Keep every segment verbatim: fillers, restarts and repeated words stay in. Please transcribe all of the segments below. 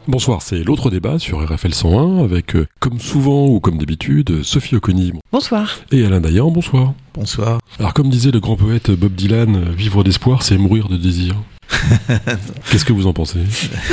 Bonsoir, c'est l'autre débat sur R F L cent un avec, euh, comme souvent ou comme d'habitude, Sophie Oconi. Bonsoir. Et Alain Dayan, bonsoir. Bonsoir. Alors comme disait le grand poète Bob Dylan, vivre d'espoir, c'est mourir de désir. Qu'est-ce que vous en pensez ?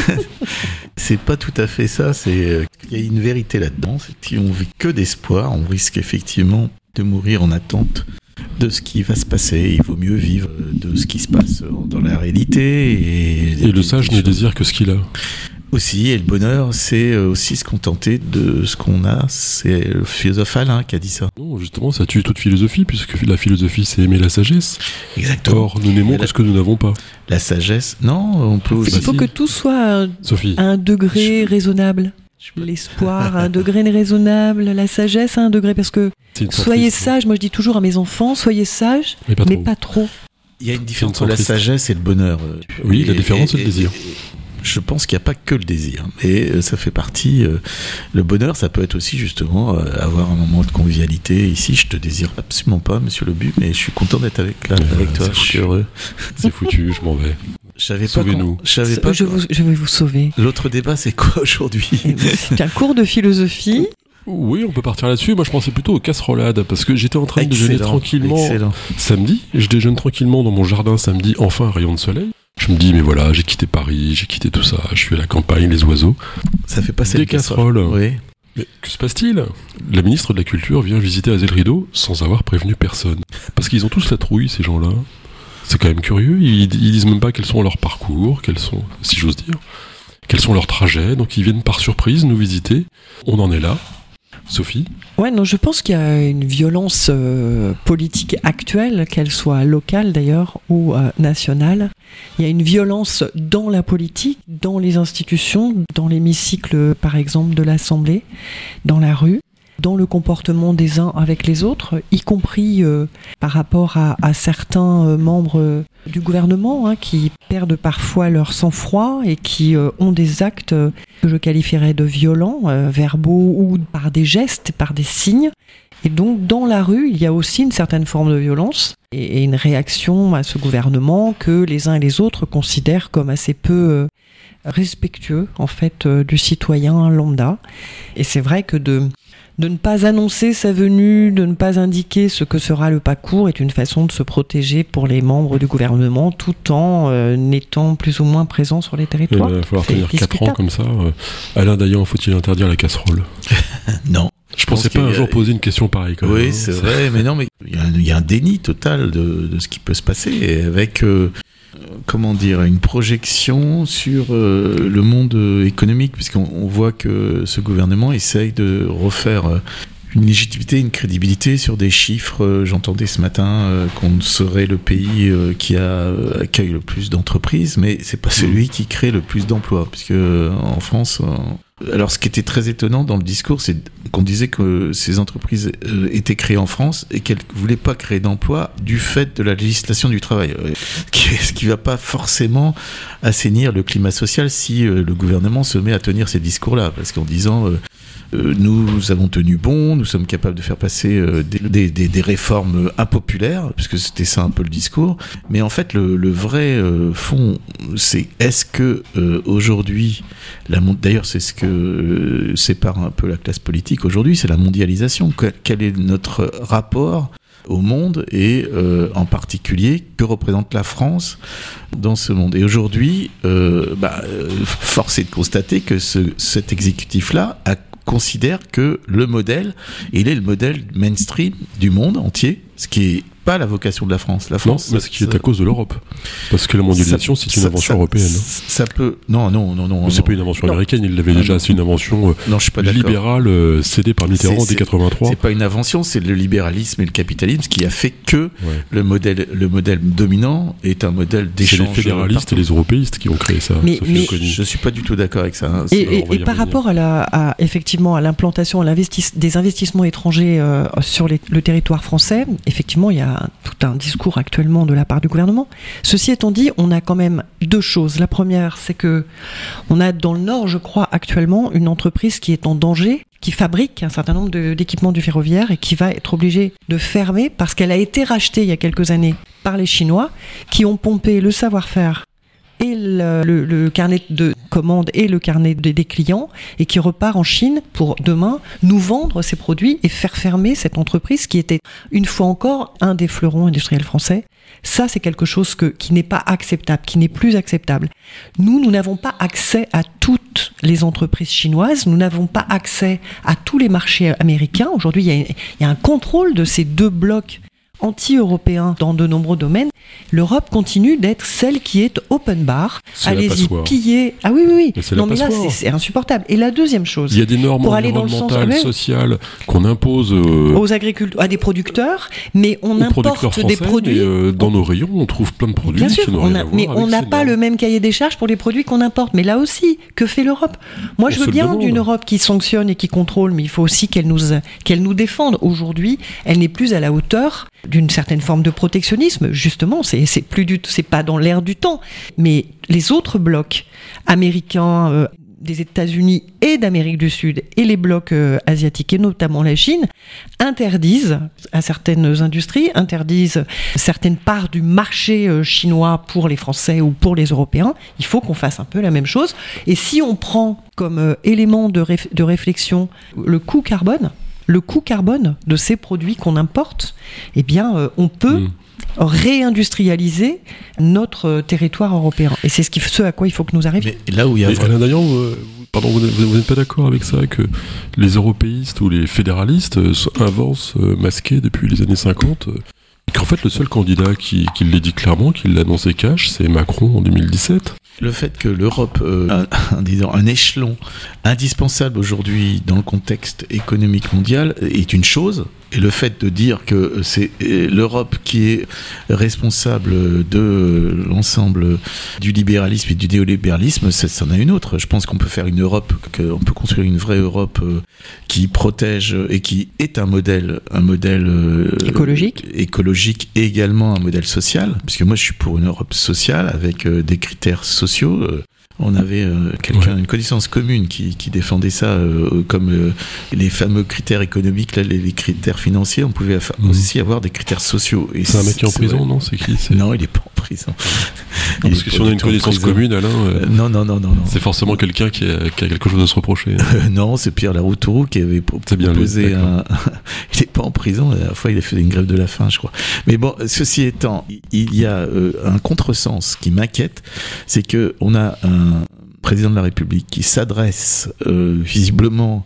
C'est pas tout à fait ça, c'est il y a une vérité là-dedans. C'est que si on vit que d'espoir, on risque effectivement de mourir en attente de ce qui va se passer. Il vaut mieux vivre de ce qui se passe dans la réalité. Et, et le sage ne désire que ce qu'il a. Aussi, et le bonheur, c'est aussi se contenter de ce qu'on a. C'est le philosophe Alain qui a dit ça. Non, justement, ça tue toute philosophie, puisque la philosophie, c'est aimer la sagesse. Exactement. Or, nous n'aimons que ce que nous n'avons pas. La sagesse, non, on peut aussi... Il faut que tout soit à, Sophie. à un degré Je... raisonnable. Je... L'espoir à un degré raisonnable, la sagesse à un degré, parce que soyez sages, moi je dis toujours à mes enfants, soyez sages, mais pas trop. Mais pas trop. Il y a une différence entre la sagesse et le bonheur. Oui, et, la différence, c'est le désir. Et, et, je pense qu'il n'y a pas que le désir, mais ça fait partie. Euh, le bonheur, ça peut être aussi justement euh, avoir un moment de convivialité. Ici, je te désire absolument pas, Monsieur Lebu, mais je suis content d'être avec là, euh, avec toi. Je suis heureux. C'est foutu, je m'en vais. Je savais pas. Sauvez-nous. Je savais pas. Je, vous, je vais vous sauver. L'autre débat, c'est quoi aujourd'hui ? C'est un cours de philosophie. Oui, on peut partir là-dessus. Moi, je pensais plutôt aux casserolades, parce que j'étais en train de excellent, déjeuner tranquillement excellent. samedi. Je déjeune tranquillement dans mon jardin samedi, enfin un rayon de soleil. Je me dis, mais voilà, j'ai quitté Paris, j'ai quitté tout ça, je suis à la campagne, les oiseaux. Ça fait passer des casseroles. Oui. Mais que se passe-t-il ? La ministre de la Culture vient visiter Azel Rideau sans avoir prévenu personne. Parce qu'ils ont tous la trouille, ces gens-là. C'est quand même curieux, ils, ils disent même pas quels sont leurs parcours, quels sont, si j'ose dire, quels sont leurs trajets, donc ils viennent par surprise nous visiter. On en est là. Sophie ? Ouais, non, je pense qu'il y a une violence euh, politique actuelle, qu'elle soit locale d'ailleurs ou euh, nationale. Il y a une violence dans la politique, dans les institutions, dans l'hémicycle par exemple de l'Assemblée, dans la rue, dans le comportement des uns avec les autres, y compris euh, par rapport à, à certains euh, membres euh, du gouvernement hein, qui perdent parfois leur sang-froid et qui euh, ont des actes euh, que je qualifierais de violents, euh, verbaux ou par des gestes, par des signes. Et donc dans la rue, il y a aussi une certaine forme de violence et, et une réaction à ce gouvernement que les uns et les autres considèrent comme assez peu euh, respectueux en fait euh, du citoyen lambda. Et c'est vrai que de De ne pas annoncer sa venue, de ne pas indiquer ce que sera le parcours est une façon de se protéger pour les membres du gouvernement tout en euh, étant plus ou moins présent sur les territoires. Il va falloir tenir quatre ans comme ça. Alain Dayan, faut-il interdire la casserole ? Non. Je, je pensais pas un jour poser une question pareille. Quand oui, même, c'est hein. vrai, mais non, mais il y, y a un déni total de, de ce qui peut se passer et avec... Euh, comment dire, une projection sur euh, le monde euh, économique, puisqu'on on voit que ce gouvernement essaye de refaire euh, une légitimité, une crédibilité sur des chiffres. Euh, j'entendais ce matin euh, qu'on serait le pays euh, qui a, euh, accueille le plus d'entreprises, mais c'est pas celui qui crée le plus d'emplois, puisque euh, en France... Euh, alors, ce qui était très étonnant dans le discours, c'est qu'on disait que ces entreprises euh, étaient créées en France et qu'elles ne voulaient pas créer d'emplois du fait de la législation du travail. Euh, ce qui ne va pas forcément assainir le climat social si euh, le gouvernement se met à tenir ces discours-là. Parce qu'en disant... Euh, Euh, nous avons tenu bon, nous sommes capables de faire passer euh, des, des, des réformes impopulaires, puisque c'était ça un peu le discours. Mais en fait, le, le vrai euh, fond, c'est est-ce que euh, aujourd'hui, la, d'ailleurs, c'est ce que euh, sépare un peu la classe politique aujourd'hui, c'est la mondialisation. Quel, quel est notre rapport au monde et euh, en particulier que représente la France dans ce monde. Et aujourd'hui, euh, bah, euh, force est de constater que ce, cet exécutif-là a considère que le modèle, il est le modèle mainstream du monde entier, ce qui est pas la vocation de la France. La France, non, mais ce qui est à cause de l'Europe. Parce que la mondialisation, ça, c'est une ça, invention ça, européenne. Ça peut... Non, non, non, non. Mais c'est non. pas une invention non. américaine, il l'avait ah, déjà, non. c'est une invention non, je suis pas libérale euh, cédée par Mitterrand dès quatre-vingt-trois. C'est pas une invention, c'est le libéralisme et le capitalisme qui a fait que ouais. le, modèle, le modèle dominant est un modèle d'échange. C'est les fédéralistes partout. Et les européistes qui ont créé ça. Mais, mais je suis pas du tout d'accord avec ça. Hein. Et, et, et par rapport à, la, à, effectivement, à l'implantation à l'investis, des investissements étrangers euh, sur les, le territoire français, effectivement, il y a tout un discours actuellement de la part du gouvernement. Ceci étant dit, on a quand même deux choses. La première, c'est que on a dans le Nord, je crois, actuellement, une entreprise qui est en danger, qui fabrique un certain nombre de, d'équipements du ferroviaire et qui va être obligée de fermer parce qu'elle a été rachetée il y a quelques années par les Chinois qui ont pompé le savoir-faire et le, le, le carnet de commandes et le carnet des, des clients, et qui repart en Chine pour demain nous vendre ces produits et faire fermer cette entreprise qui était une fois encore un des fleurons industriels français. Ça, c'est quelque chose que, qui n'est pas acceptable, qui n'est plus acceptable. Nous, nous n'avons pas accès à toutes les entreprises chinoises, nous n'avons pas accès à tous les marchés américains. Aujourd'hui, il y a, il y a un contrôle de ces deux blocs anti-européens dans de nombreux domaines. L'Europe continue d'être celle qui est open bar. C'est Allez-y, piller. Ah oui, oui, oui. Mais c'est non, la mais là, c'est, c'est insupportable. Et la deuxième chose. Il y a des normes pour aller dans le sens environnementales, sociales qu'on impose euh, aux agriculteurs, à des producteurs, mais on importe français, des produits. Mais euh, dans nos rayons, on trouve plein de produits Bien sûr, qui n'ont on rien a, à voir mais avec on n'a ces pas normes. le même cahier des charges pour les produits qu'on importe. Mais là aussi, que fait l'Europe ? Moi, On je veux se bien le demande. d'une Europe qui sanctionne et qui contrôle, mais il faut aussi qu'elle nous, qu'elle nous défende. Aujourd'hui, elle n'est plus à la hauteur d'une certaine forme de protectionnisme. Justement, c'est, c'est plus du tout, c'est pas dans l'air du temps. Mais les autres blocs américains, euh, des États-Unis et d'Amérique du Sud, et les blocs euh, asiatiques, et notamment la Chine, interdisent à certaines industries, interdisent certaines parts du marché euh, chinois pour les Français ou pour les Européens. Il faut qu'on fasse un peu la même chose. Et si on prend comme euh, élément de, réf- de réflexion le coût carbone, le coût carbone de ces produits qu'on importe, eh bien, euh, on peut mmh. réindustrialiser notre territoire européen. Et c'est ce, qui, ce à quoi il faut que nous arrivions. Mais là où il y a... Et Alain Dayan, euh, pardon, vous, vous n'êtes pas d'accord avec ça, que les européistes ou les fédéralistes euh, avancent euh, masqués depuis les années cinquante, euh, et qu'en fait, le seul candidat qui, qui l'a dit clairement, qui l'a annoncé cash, c'est Macron en deux mille dix-sept. Le fait que l'Europe, euh, un, disons, un échelon indispensable aujourd'hui dans le contexte économique mondial est une chose, et le fait de dire que c'est l'Europe qui est responsable de l'ensemble du libéralisme et du néolibéralisme, ça, c'en a une autre. Je pense qu'on peut faire une Europe, qu'on peut construire une vraie Europe qui protège et qui est un modèle, un modèle écologique, écologique et également un modèle social, puisque moi je suis pour une Europe sociale avec des critères sociaux. On avait euh, quelqu'un, ouais. une connaissance commune qui, qui défendait ça euh, comme euh, les fameux critères économiques, là, les, les critères financiers. On pouvait aff- mmh. aussi avoir des critères sociaux. Et c'est, c'est un mec qui est en prison, vrai. non ? C'est qui c'est... Non, il n'est pas en prison. Non, parce que si on a une connaissance commune, Alain, euh, euh, non, non, non, non, non, c'est forcément quelqu'un qui a, qui a quelque chose à se reprocher. Euh, non, c'est Pierre Laroutourou qui avait proposé un. Il n'est pas en prison. La dernière fois, il a fait une grève de la faim, je crois. Mais bon, ceci étant, il y a euh, un contresens qui m'inquiète, c'est que on a un président de la République qui s'adresse euh, visiblement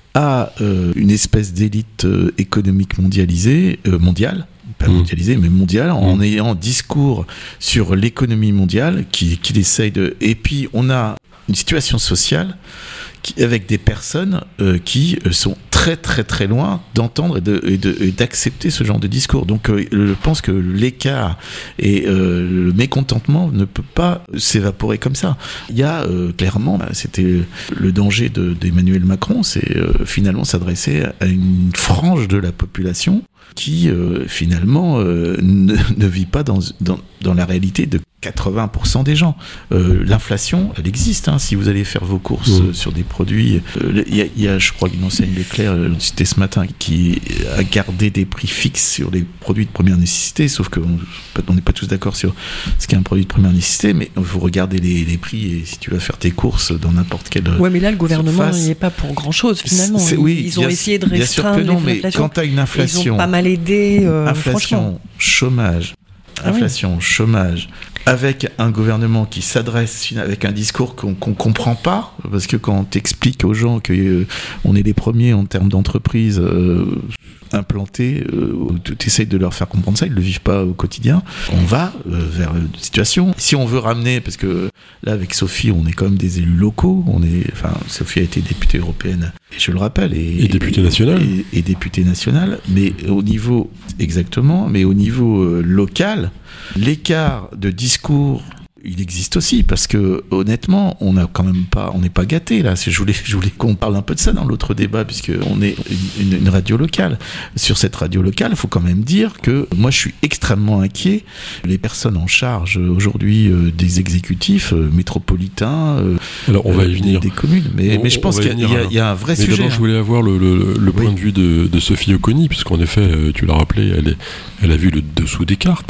à euh, une espèce d'élite euh, économique mondialisée, euh, mondiale, pas mmh. mondialisée, mais mondiale, mmh. en ayant un discours sur l'économie mondiale qui, qui essaye de... Et puis, on a une situation sociale qui, avec des personnes euh, qui sont très très très loin d'entendre et, de, et, de, et d'accepter ce genre de discours. Donc euh, je pense que l'écart et euh, le mécontentement ne peut pas s'évaporer comme ça. Il y a euh, clairement, c'était le danger de, d'Emmanuel Macron, c'est euh, finalement s'adresser à une frange de la population qui euh, finalement euh, ne, ne vit pas dans, dans, dans la réalité de quatre-vingts pour cent des gens. Euh, l'inflation, elle existe. Hein, si vous allez faire vos courses mmh. euh, sur des produits, il euh, y, y a, je crois, une enseigne Leclerc, euh, c'était ce matin, qui a gardé des prix fixes sur les produits de première nécessité. Sauf qu'on n'est pas tous d'accord sur ce qu'est un produit de première nécessité, mais vous regardez les, les prix et si tu vas faire tes courses dans n'importe quelle. Ouais, mais là, le gouvernement n'y est pas pour grand-chose finalement. C'est, ils, oui, ils ont essayé de restreindre bien sûr que non, l'inflation. Mais quand tu as une inflation, ils ont pas mal aidé. Euh, inflation, chômage. Inflation, ah oui. chômage, avec un gouvernement qui s'adresse avec un discours qu'on qu'on comprend pas, parce que quand on t'explique aux gens que euh, on est les premiers en termes d'entreprise euh, implantées, euh, tu essayes de leur faire comprendre ça, ils le vivent pas au quotidien. On va euh, vers une situation. Si on veut ramener, parce que là avec Sophie, on est quand même des élus locaux. On est, enfin, Sophie a été députée européenne, et je le rappelle, et, et députée nationale, et, et députée nationale. Mais au niveau exactement, mais au niveau euh, local. L'écart de discours, il existe aussi, parce que honnêtement, on n'a quand même pas, on n'est pas gâtés là. Je voulais, je voulais qu'on parle un peu de ça dans l'autre débat, puisque on est une, une, une radio locale. Sur cette radio locale, il faut quand même dire que moi, je suis extrêmement inquiet. Les personnes en charge aujourd'hui euh, des exécutifs euh, métropolitains, euh, alors on va y venir, des, des communes. Mais, on, mais je pense qu'il y a, y, a, y a un vrai mais sujet. D'abord, je voulais avoir le, le, le point oui. de vue de, de Sophie Oconi, puisqu'en effet, tu l'as rappelé, elle, est, elle a vu le dessous des cartes.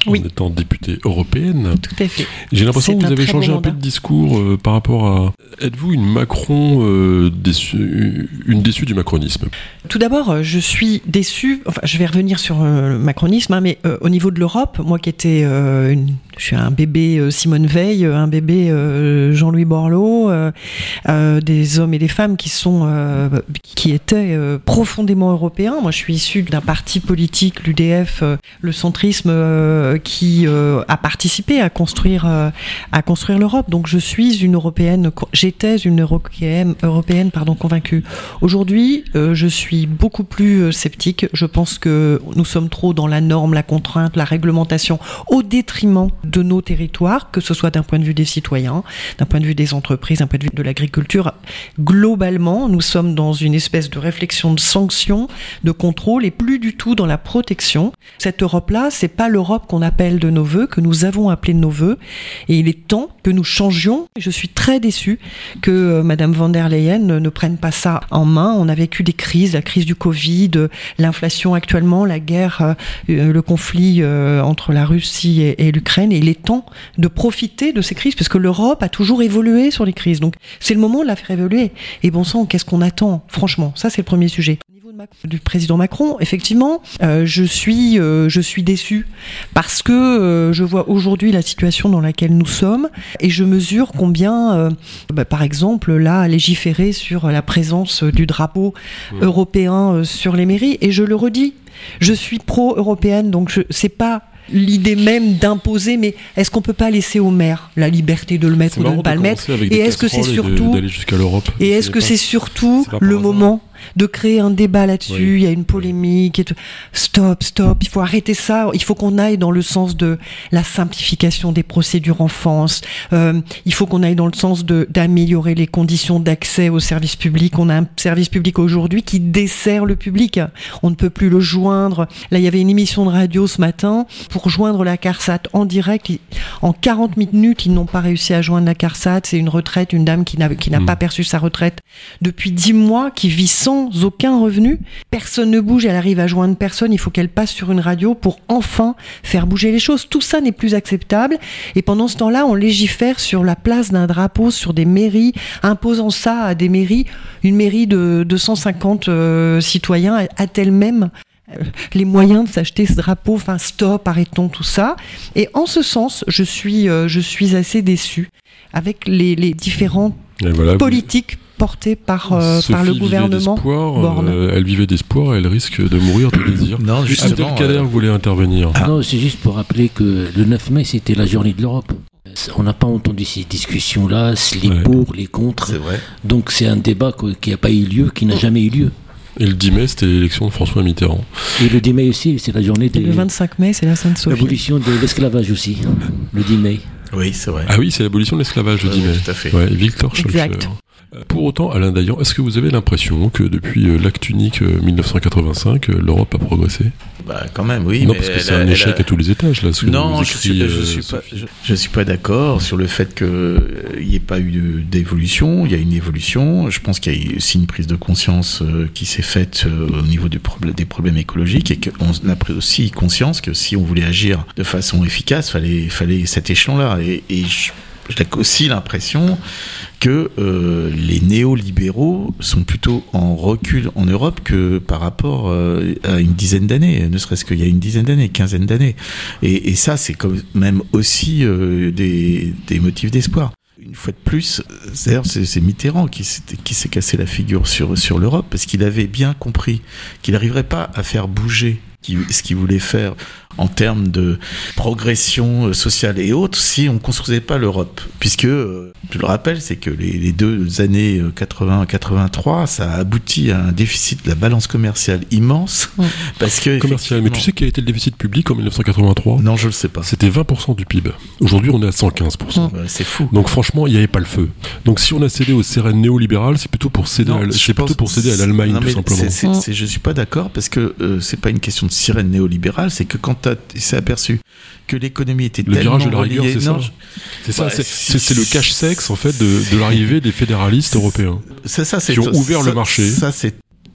oui. en étant députée européenne. Tout à fait. J'ai l'impression C'est que vous un avez très changé bon un peu mandat. de discours euh, par rapport à... Êtes-vous une Macron euh, déçue, une déçue du macronisme? Tout d'abord, je suis déçue, enfin je vais revenir sur euh, le macronisme, hein, mais euh, au niveau de l'Europe, moi qui étais euh, une... Je suis un bébé euh, Simone Veil, un bébé euh, Jean-Louis Borloo, euh, euh, des hommes et des femmes qui sont, euh, qui étaient euh, profondément européens. Moi, je suis issue d'un parti politique, l'U D F, euh, le centrisme, euh, qui euh, a participé à construire, euh, à construire l'Europe. Donc, je suis une européenne. J'étais une européenne, européenne, pardon, convaincue. Aujourd'hui, euh, je suis beaucoup plus euh, sceptique. Je pense que nous sommes trop dans la norme, la contrainte, la réglementation, au détriment de nos territoires, que ce soit d'un point de vue des citoyens, d'un point de vue des entreprises, d'un point de vue de l'agriculture. Globalement, nous sommes dans une espèce de réflexion de sanctions, de contrôle, et plus du tout dans la protection. Cette Europe-là, c'est pas l'Europe qu'on appelle de nos voeux, que nous avons appelée de nos voeux, et il est temps que nous changions. Je suis très déçue que euh, Madame von der Leyen ne, ne prenne pas ça en main. On a vécu des crises, la crise du Covid, l'inflation actuellement, la guerre, euh, le conflit euh, entre la Russie et, et l'Ukraine. Et il est temps de profiter de ces crises, parce que l'Europe a toujours évolué sur les crises. Donc c'est le moment de la faire évoluer. Et bon sang, qu'est-ce qu'on attend? Franchement, ça c'est le premier sujet. Au niveau de Macron, du président Macron, effectivement, euh, je suis, euh, je suis déçue parce que euh, je vois aujourd'hui la situation dans laquelle nous sommes et je mesure combien, euh, bah, par exemple, là, légiférer sur la présence du drapeau mmh. européen euh, sur les mairies. Et je le redis, je suis pro-européenne, donc je, c'est pas l'idée même d'imposer, mais est-ce qu'on peut pas laisser aux maires la liberté de le mettre ou de ne pas le mettre? Et est-ce que c'est surtout d'aller jusqu'à l'Europe? Et est-ce que c'est surtout le moment de créer un débat là-dessus? Oui. Il y a une polémique. Et tout. Stop, stop. Il faut arrêter ça. Il faut qu'on aille dans le sens de la simplification des procédures en France. Euh, il faut qu'on aille dans le sens de d'améliorer les conditions d'accès aux services publics. On a un service public aujourd'hui qui dessert le public. On ne peut plus le joindre. Là, il y avait une émission de radio ce matin pour joindre la CARSAT en direct. En quarante minutes, ils n'ont pas réussi à joindre la CARSAT. C'est une retraite, une dame qui n'a, qui n'a mmh. pas perçu sa retraite depuis dix mois, qui vit sans aucun revenu. Personne ne bouge, elle arrive à joindre personne. Il faut qu'elle passe sur une radio pour enfin faire bouger les choses. Tout ça n'est plus acceptable. Et pendant ce temps-là, on légifère sur la place d'un drapeau sur des mairies, imposant ça à des mairies. Une mairie de deux cent cinquante euh, citoyens a-t-elle même les moyens de s'acheter ce drapeau? Enfin, stop, arrêtons tout ça. Et en ce sens, je suis, euh, je suis assez déçue avec les, les différentes voilà, politiques vous... portées par, euh, par le gouvernement Borne. Euh, elle vivait d'espoir, elle risque de mourir de désir. Non, justement. Abdelkader euh... voulait intervenir. Ah. Non, c'est juste pour rappeler que le neuf mai, c'était la journée de l'Europe. On n'a pas entendu ces discussions-là, les ouais. pour, les contre. C'est vrai. Donc c'est un débat qui n'a pas eu lieu, qui n'a oh. jamais eu lieu. Et le dix mai, c'était l'élection de François Mitterrand. Et le dix mai aussi, c'est la journée des... Et le vingt-cinq mai, c'est la Sainte-Sophie. L'abolition de l'esclavage aussi, le dix mai. Oui, c'est vrai. Ah oui, c'est l'abolition de l'esclavage le dix mai. Oui, tout à fait. Ouais, Victor Schœlcher. Pour autant, Alain Dayan, est-ce que vous avez l'impression que depuis euh, l'acte unique euh, dix-neuf cent quatre-vingt-cinq, euh, l'Europe a progressé? Bah quand même, oui. Non, mais parce que c'est un échec a... à tous les étages, là. Ce non, que je, écrit, suis, euh, je, suis pas, je, je suis pas d'accord sur le fait qu'il n'y ait pas eu de, d'évolution. Il y a une évolution. Je pense qu'il y a eu aussi une prise de conscience euh, qui s'est faite euh, au niveau du problème, des problèmes écologiques et qu'on a pris aussi conscience que si on voulait agir de façon efficace, fallait, fallait cet échelon-là. Et, et je, j'ai aussi l'impression que euh, les néolibéraux sont plutôt en recul en Europe que par rapport euh, à une dizaine d'années, ne serait-ce qu'il y a une dizaine d'années, quinzaine d'années. Et, et ça, c'est quand même aussi euh, des, des motifs d'espoir. Une fois de plus, c'est, c'est Mitterrand qui s'est, qui s'est cassé la figure sur, sur l'Europe parce qu'il avait bien compris qu'il n'arriverait pas à faire bouger ce qu'il voulait faire en termes de progression sociale et autres si on ne construisait pas l'Europe. Puisque, je le rappelle, c'est que les, les deux années quatre-vingts à quatre-vingt-trois, ça a abouti à un déficit de la balance commerciale immense. Ouais. Parce que, commercial, mais tu sais quel a été le déficit public en dix-neuf cent quatre-vingt-trois? Non, je ne le sais pas. C'était vingt pour cent du P I B. Aujourd'hui, on est à cent quinze pour cent. Ouais, c'est fou. Donc franchement, il n'y avait pas le feu. Donc si on a cédé aux sirènes néolibérales, c'est plutôt pour céder, non, à, c'est plutôt pour céder à l'Allemagne, non, tout simplement. C'est, c'est, c'est, je ne suis pas d'accord parce que euh, ce n'est pas une question de sirène néolibérale, c'est que quand tu s'est aperçu que l'économie était le tellement virage de la rigueur, reliée, c'est non, ça. C'est ça. Ouais, c'est, c'est, c'est le cache-sexe en fait de, de l'arrivée des fédéralistes européens. C'est ça. C'est qui ont ouvert ça, le marché. Ça, c'est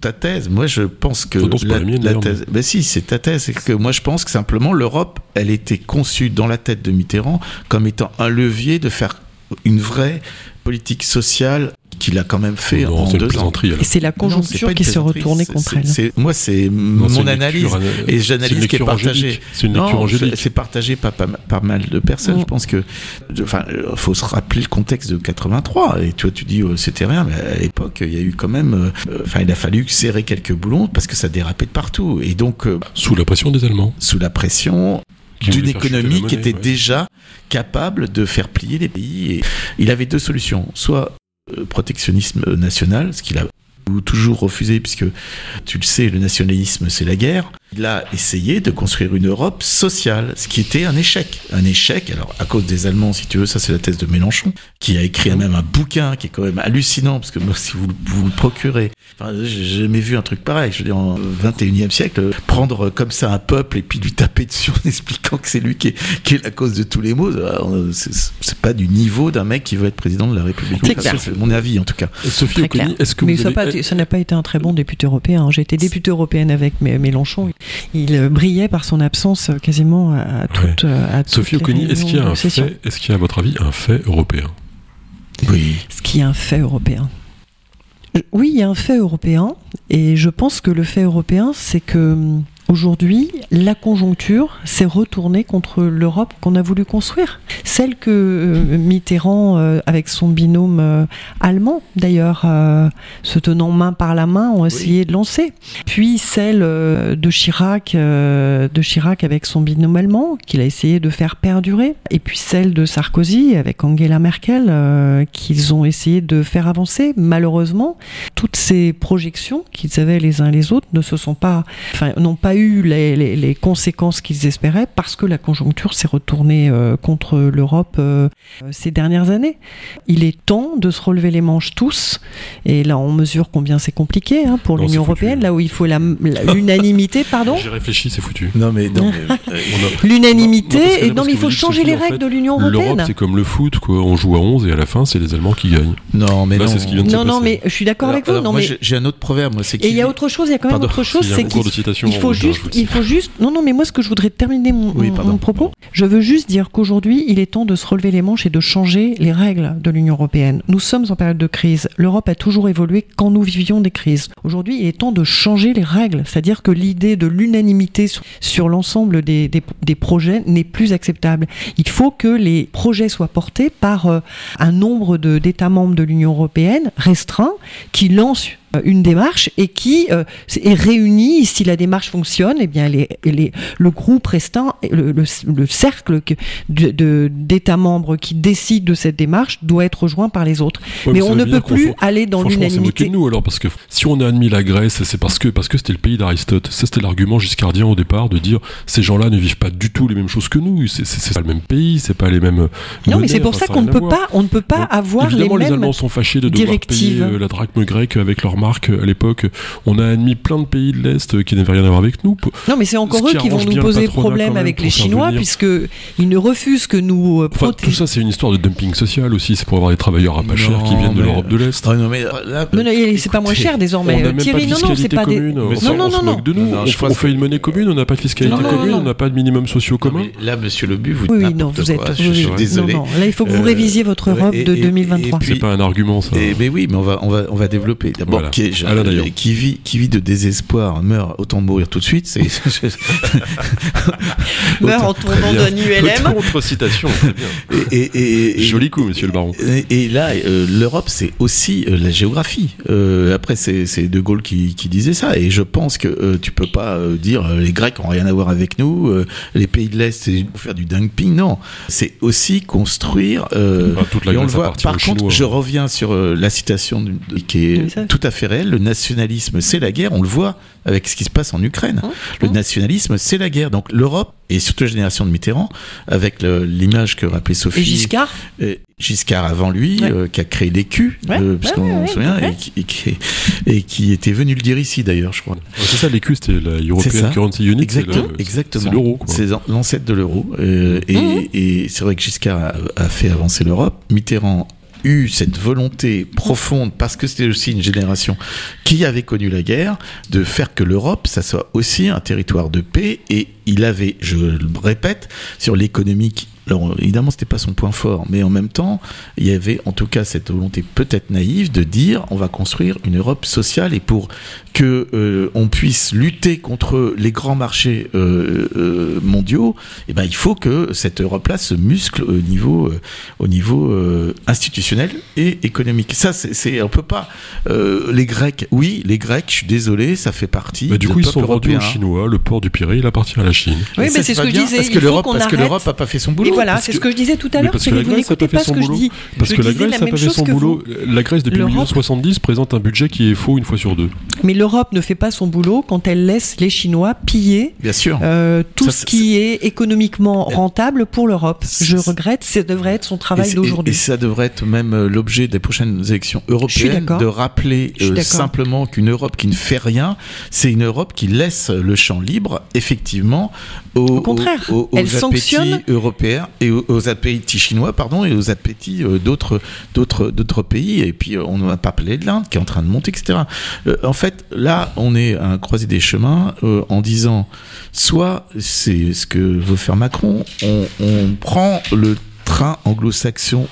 ta thèse. Moi, je pense que oh non, c'est la, pas la mienne, la d'ailleurs, thèse. Ben si, c'est ta thèse. C'est que moi, je pense que simplement l'Europe, elle était conçue dans la tête de Mitterrand comme étant un levier de faire une vraie politique sociale qu'il a quand même fait non, en c'est deux ans. Et c'est la conjoncture non, qui s'est retournée contre elle. C'est, moi, c'est non, mon c'est analyse lecture, et j'analyse qui est partagée. Angélique. C'est une lecture non, angélique. C'est, c'est partagé par, par, par mal de personnes. Mm. Je pense que, enfin, faut se rappeler le contexte de quatre-vingt-trois. Et toi, tu dis oh, c'était rien, mais à l'époque, il y a eu quand même, enfin, euh, il a fallu serrer quelques boulons parce que ça dérapait de partout. Et donc, euh, sous la pression des Allemands. Sous la pression. Qui d'une économie monnaie, qui était ouais. déjà capable de faire plier les pays. Et il avait deux solutions. Soit euh, protectionnisme national, ce qu'il a toujours refusé, puisque tu le sais, le nationalisme, c'est la guerre. Il a essayé de construire une Europe sociale, ce qui était un échec. Un échec, alors à cause des Allemands, si tu veux, ça c'est la thèse de Mélenchon, qui a écrit même un bouquin qui est quand même hallucinant, parce que moi, si vous, vous le procurez, enfin, j'ai jamais vu un truc pareil. Je veux dire, en vingt et unième siècle, prendre comme ça un peuple et puis lui taper dessus en expliquant que c'est lui qui est, qui est la cause de tous les maux, c'est, c'est pas du niveau d'un mec qui veut être président de la République. C'est clair. C'est mon avis, en tout cas. Sophie Oconi, est-ce que Mais vous ça, avez... pas, ça n'a pas été un très bon député européen. J'ai été députée européenne avec Mélenchon. Il brillait par son absence quasiment à toute. Ouais. À Sophie Oconi, est-ce qu'il y a un fait, est-ce qu'il y a à votre avis un fait européen ? Oui. Est-ce qu'il y a un fait européen ? Oui, il y a un fait européen, et je pense que le fait européen, c'est que aujourd'hui, la conjoncture s'est retournée contre l'Europe qu'on a voulu construire. Celle que euh, Mitterrand, euh, avec son binôme euh, allemand, d'ailleurs, euh, se tenant main par la main, ont essayé oui. de lancer. Puis celle euh, de Chirac, euh, de Chirac avec son binôme allemand, qu'il a essayé de faire perdurer. Et puis celle de Sarkozy avec Angela Merkel, euh, qu'ils ont essayé de faire avancer. Malheureusement, toutes ces projections qu'ils avaient les uns les autres ne se sont pas, enfin, n'ont pas eu Les, les, les conséquences qu'ils espéraient parce que la conjoncture s'est retournée euh, contre l'Europe euh, ces dernières années. Il est temps de se relever les manches tous, et là on mesure combien c'est compliqué hein, pour non, l'Union européenne, là où il faut la, la, l'unanimité, pardon. J'ai réfléchi, c'est foutu. Non mais, non, mais euh, a... l'unanimité, non, non, et non mais il faut changer les règles en fait, de l'Union européenne. L'Europe c'est comme le foot, quoi. On joue à onze et à la fin c'est les Allemands qui gagnent. Non mais là, non, c'est ce qui vient de non, se non passer. Mais je suis d'accord alors, avec vous. Alors, non moi, mais j'ai, j'ai un autre proverbe, moi c'est qui. Et il y a autre chose, il y a quand même pardon. autre chose, c'est qu'il il faut juste, il faut juste. Non non mais moi ce que je voudrais terminer mon, oui, mon propos, je veux juste dire qu'aujourd'hui il est temps de se relever les manches et de changer les règles de l'Union européenne. Nous sommes en période de crise. L'Europe a toujours évolué quand nous vivions des crises. Aujourd'hui il est temps de changer les règles, c'est-à-dire que l'idée de l'unanimité sur, sur l'ensemble des, des, des projets n'est plus acceptable. Il faut que les projets soient portés par euh, un nombre de, d'États membres de l'Union européenne restreint qui lancent une démarche et qui euh, est réunie. Si la démarche fonctionne, eh bien les, les, le groupe restant, le, le, le cercle de, de, d'États membres qui décident de cette démarche doit être rejoint par les autres. Ouais, mais on ne peut plus faut, aller dans l'unanimité. C'est nous alors, parce que si on a admis la Grèce, c'est parce que parce que c'était le pays d'Aristote. Ça c'était l'argument giscardien au départ de dire ces gens-là ne vivent pas du tout les mêmes choses que nous. C'est, c'est, c'est pas le même pays, c'est pas les mêmes. Non, modèles, mais c'est pour ça qu'on ne peut pas, on ne peut pas Donc, avoir les mêmes directives. Les Allemands sont fâchés de devoir payer euh, la drachme grecque avec leur marque à l'époque. On a admis plein de pays de l'Est qui n'avaient rien à voir avec nous. Non, mais c'est encore eux qui vont nous poser problème avec les Chinois, puisqu'ils ne refusent que nous... Enfin, tout ça, c'est une histoire de dumping social aussi. C'est pour avoir des travailleurs à pas cher qui viennent de l'Europe de l'Est. Oh, non, mais là, non, non, c'est pas moins cher désormais. Thierry, non, non, c'est pas des... Non, non, non, non. De nous. On fait une monnaie commune, on n'a pas de fiscalité commune, on n'a pas de minimum sociaux commun. Là, monsieur Lebu, vous dites n'importe quoi. Je suis désolé. Là, il faut que vous révisiez votre Europe de deux mille vingt-trois. C'est pas un argument, ça. Mais oui, mais on va développer. D'abord, qui vit qui vit de désespoir meurt, autant de mourir tout de suite. C'est meurt en tournant d'un U L M. Contre-citation, très bien. Et, et, et, Joli coup, monsieur le baron. Et, et là, euh, l'Europe, c'est aussi euh, la géographie. Euh, après, c'est, c'est De Gaulle qui, qui disait ça. Et je pense que euh, tu peux pas euh, dire euh, les Grecs ont rien à voir avec nous, euh, les pays de l'Est, c'est pour faire du dumping. Non, c'est aussi construire. Euh, enfin, toute la et on le voit. Par contre, Chinois. Je reviens sur euh, la citation de, de, qui est tout à fait réelle. Le nationalisme, c'est la guerre. On le voit avec ce qui se passe en Ukraine. Mmh, le mmh. nationalisme, c'est la guerre. Donc l'Europe, et surtout la génération de Mitterrand, avec le, l'image que rappelait Sophie. Et Giscard euh, Giscard avant lui, ouais. euh, qui a créé l'É Q, ouais, euh, puisqu'on ouais, ouais, se souvient, ouais. et, qui, et, qui, et qui était venu le dire ici d'ailleurs, je crois. Ouais, c'est ça, l'É Q, c'était la European Currency Unit. Exactement, c'est, le, exactement. c'est l'euro. Quoi. C'est l'ancêtre de l'euro. Euh, et, mmh. et c'est vrai que Giscard a, a fait avancer l'Europe. Mitterrand eu cette volonté profonde, parce que c'était aussi une génération qui avait connu la guerre, de faire que l'Europe, ça soit aussi un territoire de paix. Et il avait, je le répète, sur l'économique, alors évidemment c'était pas son point fort, mais en même temps il y avait en tout cas cette volonté peut-être naïve de dire on va construire une Europe sociale, et pour que euh, on puisse lutter contre les grands marchés euh, euh, mondiaux, et ben il faut que cette Europe-là se muscle au niveau euh, au niveau euh, institutionnel et économique. Ça c'est, c'est on peut pas euh, les Grecs, oui les Grecs, je suis désolé, ça fait partie. Bah, du coup ils sont vendus européen. aux Chinois, le port du Pirée il appartient à la Chine. Oui, mais ça, c'est ce pas que je bien, disais. Parce que il faut l'Europe, qu'on parce que arrête. l'Europe a pas fait son boulot. Et voilà, parce c'est que- ce que je disais tout à Mais l'heure, parce c'est que que la vous Grèce a n'écoutez pas pas fait ce son que je boulot. dis. Parce Je que la disais Grèce la n'a même pas fait chose son que boulot. vous. La Grèce, depuis L'Europe- mille neuf cent soixante-dix, présente un budget qui est faux une fois sur deux. Mais l'Europe ne fait pas son boulot quand elle laisse les Chinois piller Bien sûr. euh, tout Ça, ce c'est- qui est économiquement rentable pour l'Europe. Je C'est- regrette, ça devrait être son Et, travail c'est- d'aujourd'hui. et ça devrait être même euh, l'objet des prochaines élections européennes, d'accord. de rappeler Je suis euh, d'accord. simplement qu'une Europe qui ne fait rien, c'est une Europe qui laisse le champ libre, effectivement, aux, Au contraire, aux, aux- aux elle appétits sanctionne. européens et aux, aux appétits chinois, pardon, et aux appétits euh, d'autres, d'autres, d'autres pays. Et puis, euh, on n'a pas parlé de l'Inde qui est en train de monter, et cetera. Euh, en fait, là, on est à un croisé des chemins euh, en disant, soit c'est ce que veut faire Macron, on, on prend le train anglo-saxon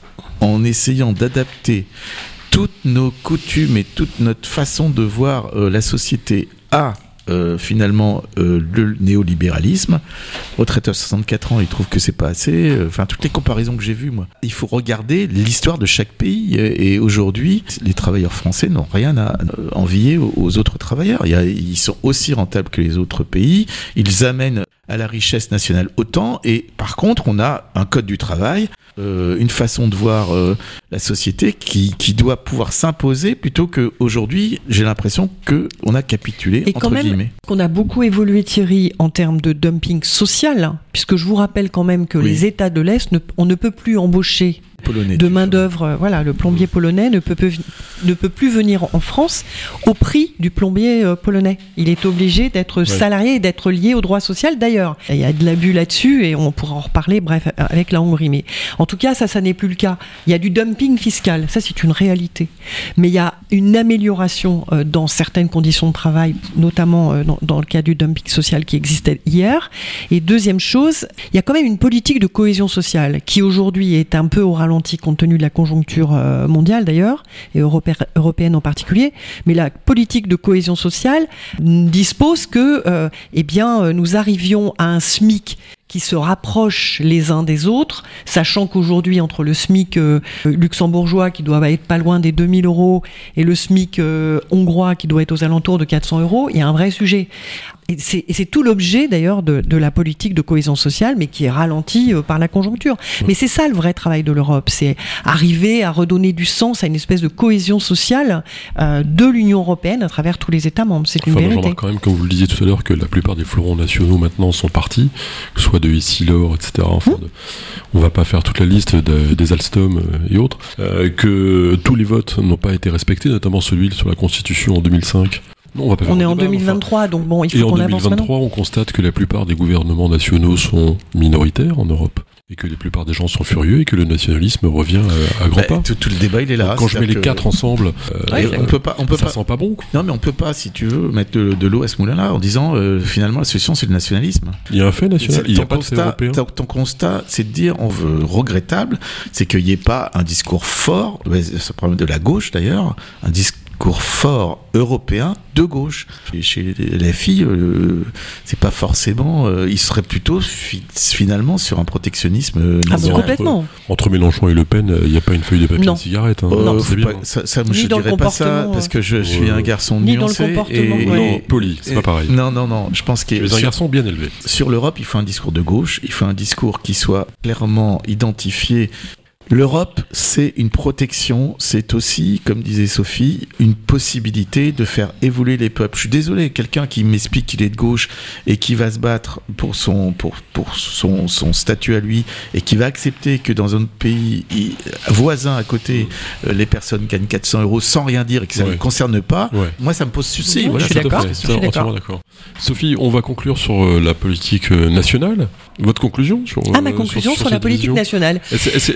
en essayant d'adapter toutes nos coutumes et toute notre façon de voir euh, la société à euh, finalement euh, le néolibéralisme. Retraité à soixante-quatre ans, il trouve que c'est pas assez. Enfin, toutes les comparaisons que j'ai vues, moi. Il faut regarder l'histoire de chaque pays. Et aujourd'hui, les travailleurs français n'ont rien à envier aux, aux autres travailleurs. Il y a, ils sont aussi rentables que les autres pays. Ils amènent à la richesse nationale autant. Et par contre, on a un code du travail, euh, une façon de voir euh, la société qui, qui doit pouvoir s'imposer, plutôt qu'aujourd'hui, j'ai l'impression qu'on a capitulé, Et entre quand même, guillemets. qu'on a beaucoup évolué, Thierry, en termes de dumping social, hein, puisque je vous rappelle quand même que Oui. les États de l'Est, ne- on ne peut plus embaucher Polonais, de tu main-d'œuvre. euh, Voilà, le plombier polonais ne peut, peut- ne peut plus venir en France au prix du plombier euh, polonais. Il est obligé d'être salarié et d'être lié au droit social d'ailleurs. Il y a de l'abus là-dessus et on pourra en reparler, bref, avec la Hongrie. Mais en tout cas, ça, ça n'est plus le cas. Il y a du dumping fiscal, ça c'est une réalité. Mais il y a une amélioration euh, dans certaines conditions de travail, notamment euh, dans, dans le cas du dumping social qui existait hier. Et deuxième chose, il y a quand même une politique de cohésion sociale qui aujourd'hui est un peu au ralenti compte tenu de la conjoncture euh, mondiale d'ailleurs, et europé- européenne en particulier. Mais la politique de cohésion sociale dispose que euh, eh bien, euh, nous arrivions à un SMIC qui se rapprochent les uns des autres, sachant qu'aujourd'hui, entre le SMIC euh, luxembourgeois, qui doit être pas loin des deux mille euros, et le SMIC euh, hongrois, qui doit être aux alentours de quatre cents euros, il y a un vrai sujet. Et c'est, et c'est tout l'objet, d'ailleurs, de, de la politique de cohésion sociale, mais qui est ralentie euh, par la conjoncture. Ouais. Mais c'est ça, le vrai travail de l'Europe. C'est arriver à redonner du sens à une espèce de cohésion sociale euh, de l'Union européenne à travers tous les États membres. C'est une enfin, vérité. Je remarque quand même, comme vous le disiez tout à l'heure, que la plupart des fleurons nationaux, maintenant, sont partis, que ce soit de Isilor, et cetera. Enfin, mmh. de, on va pas faire toute la liste de, des Alstom euh, et autres. Euh, que tous les votes n'ont pas été respectés, notamment celui sur la Constitution en deux mille cinq. Non, on va pas on est en débat, deux mille vingt-trois, enfin, donc bon, il faut et qu'on en avance deux mille vingt-trois, maintenant. on constate que la plupart des gouvernements nationaux sont minoritaires en Europe, et que la plupart des gens sont furieux, et que le nationalisme revient à, à grands bah, pas. Tout, tout le débat, il est là. Donc, quand je mets les que... quatre ensemble, euh, ouais, on peut pas, on peut ça pas. sent pas bon. Quoi. Non, mais on peut pas, si tu veux, mettre de, de l'eau à ce moulin-là en disant euh, finalement la solution c'est le nationalisme. Il y a un fait national, il n'y a pas de fait européen. Ton, ton constat, c'est de dire, on veut regrettable, c'est qu'il n'y ait pas un discours fort, c'est le problème de la gauche d'ailleurs, un discours fort européen de gauche. Et chez les filles, euh, c'est pas forcément. Euh, ils seraient plutôt fi- finalement sur un protectionnisme euh, ah bah complètement. Entre, entre Mélenchon et Le Pen, il n'y a pas une feuille de papier non. de cigarette. Hein. Euh, non, c'est bien. Pas, ça, ça je dirais pas ça parce que je euh, suis un garçon ni nuancé dans le comportement, et, ouais. non poli, c'est et, pas pareil. Non, non, non. Je pense qu'il est un garçon bien élevé. Sur l'Europe, il faut un discours de gauche. Il faut un discours qui soit clairement identifié. L'Europe, c'est une protection, c'est aussi, comme disait Sophie, une possibilité de faire évoluer les peuples. Je suis désolé, quelqu'un qui m'explique qu'il est de gauche et qui va se battre pour son, pour, pour son, son statut à lui et qui va accepter que dans un pays voisin à côté, les personnes gagnent quatre cents euros sans rien dire et que ça ne ouais. concerne pas, ouais. moi ça me pose souci. Ouais, voilà, je suis d'accord. Je suis entièrement d'accord. Sophie, on va conclure sur euh, la politique euh, nationale. Votre conclusion sur, Ah, ma conclusion sur, sur, sur, sur la politique vision. nationale. Est-ce, est-ce, est-ce qu'il y a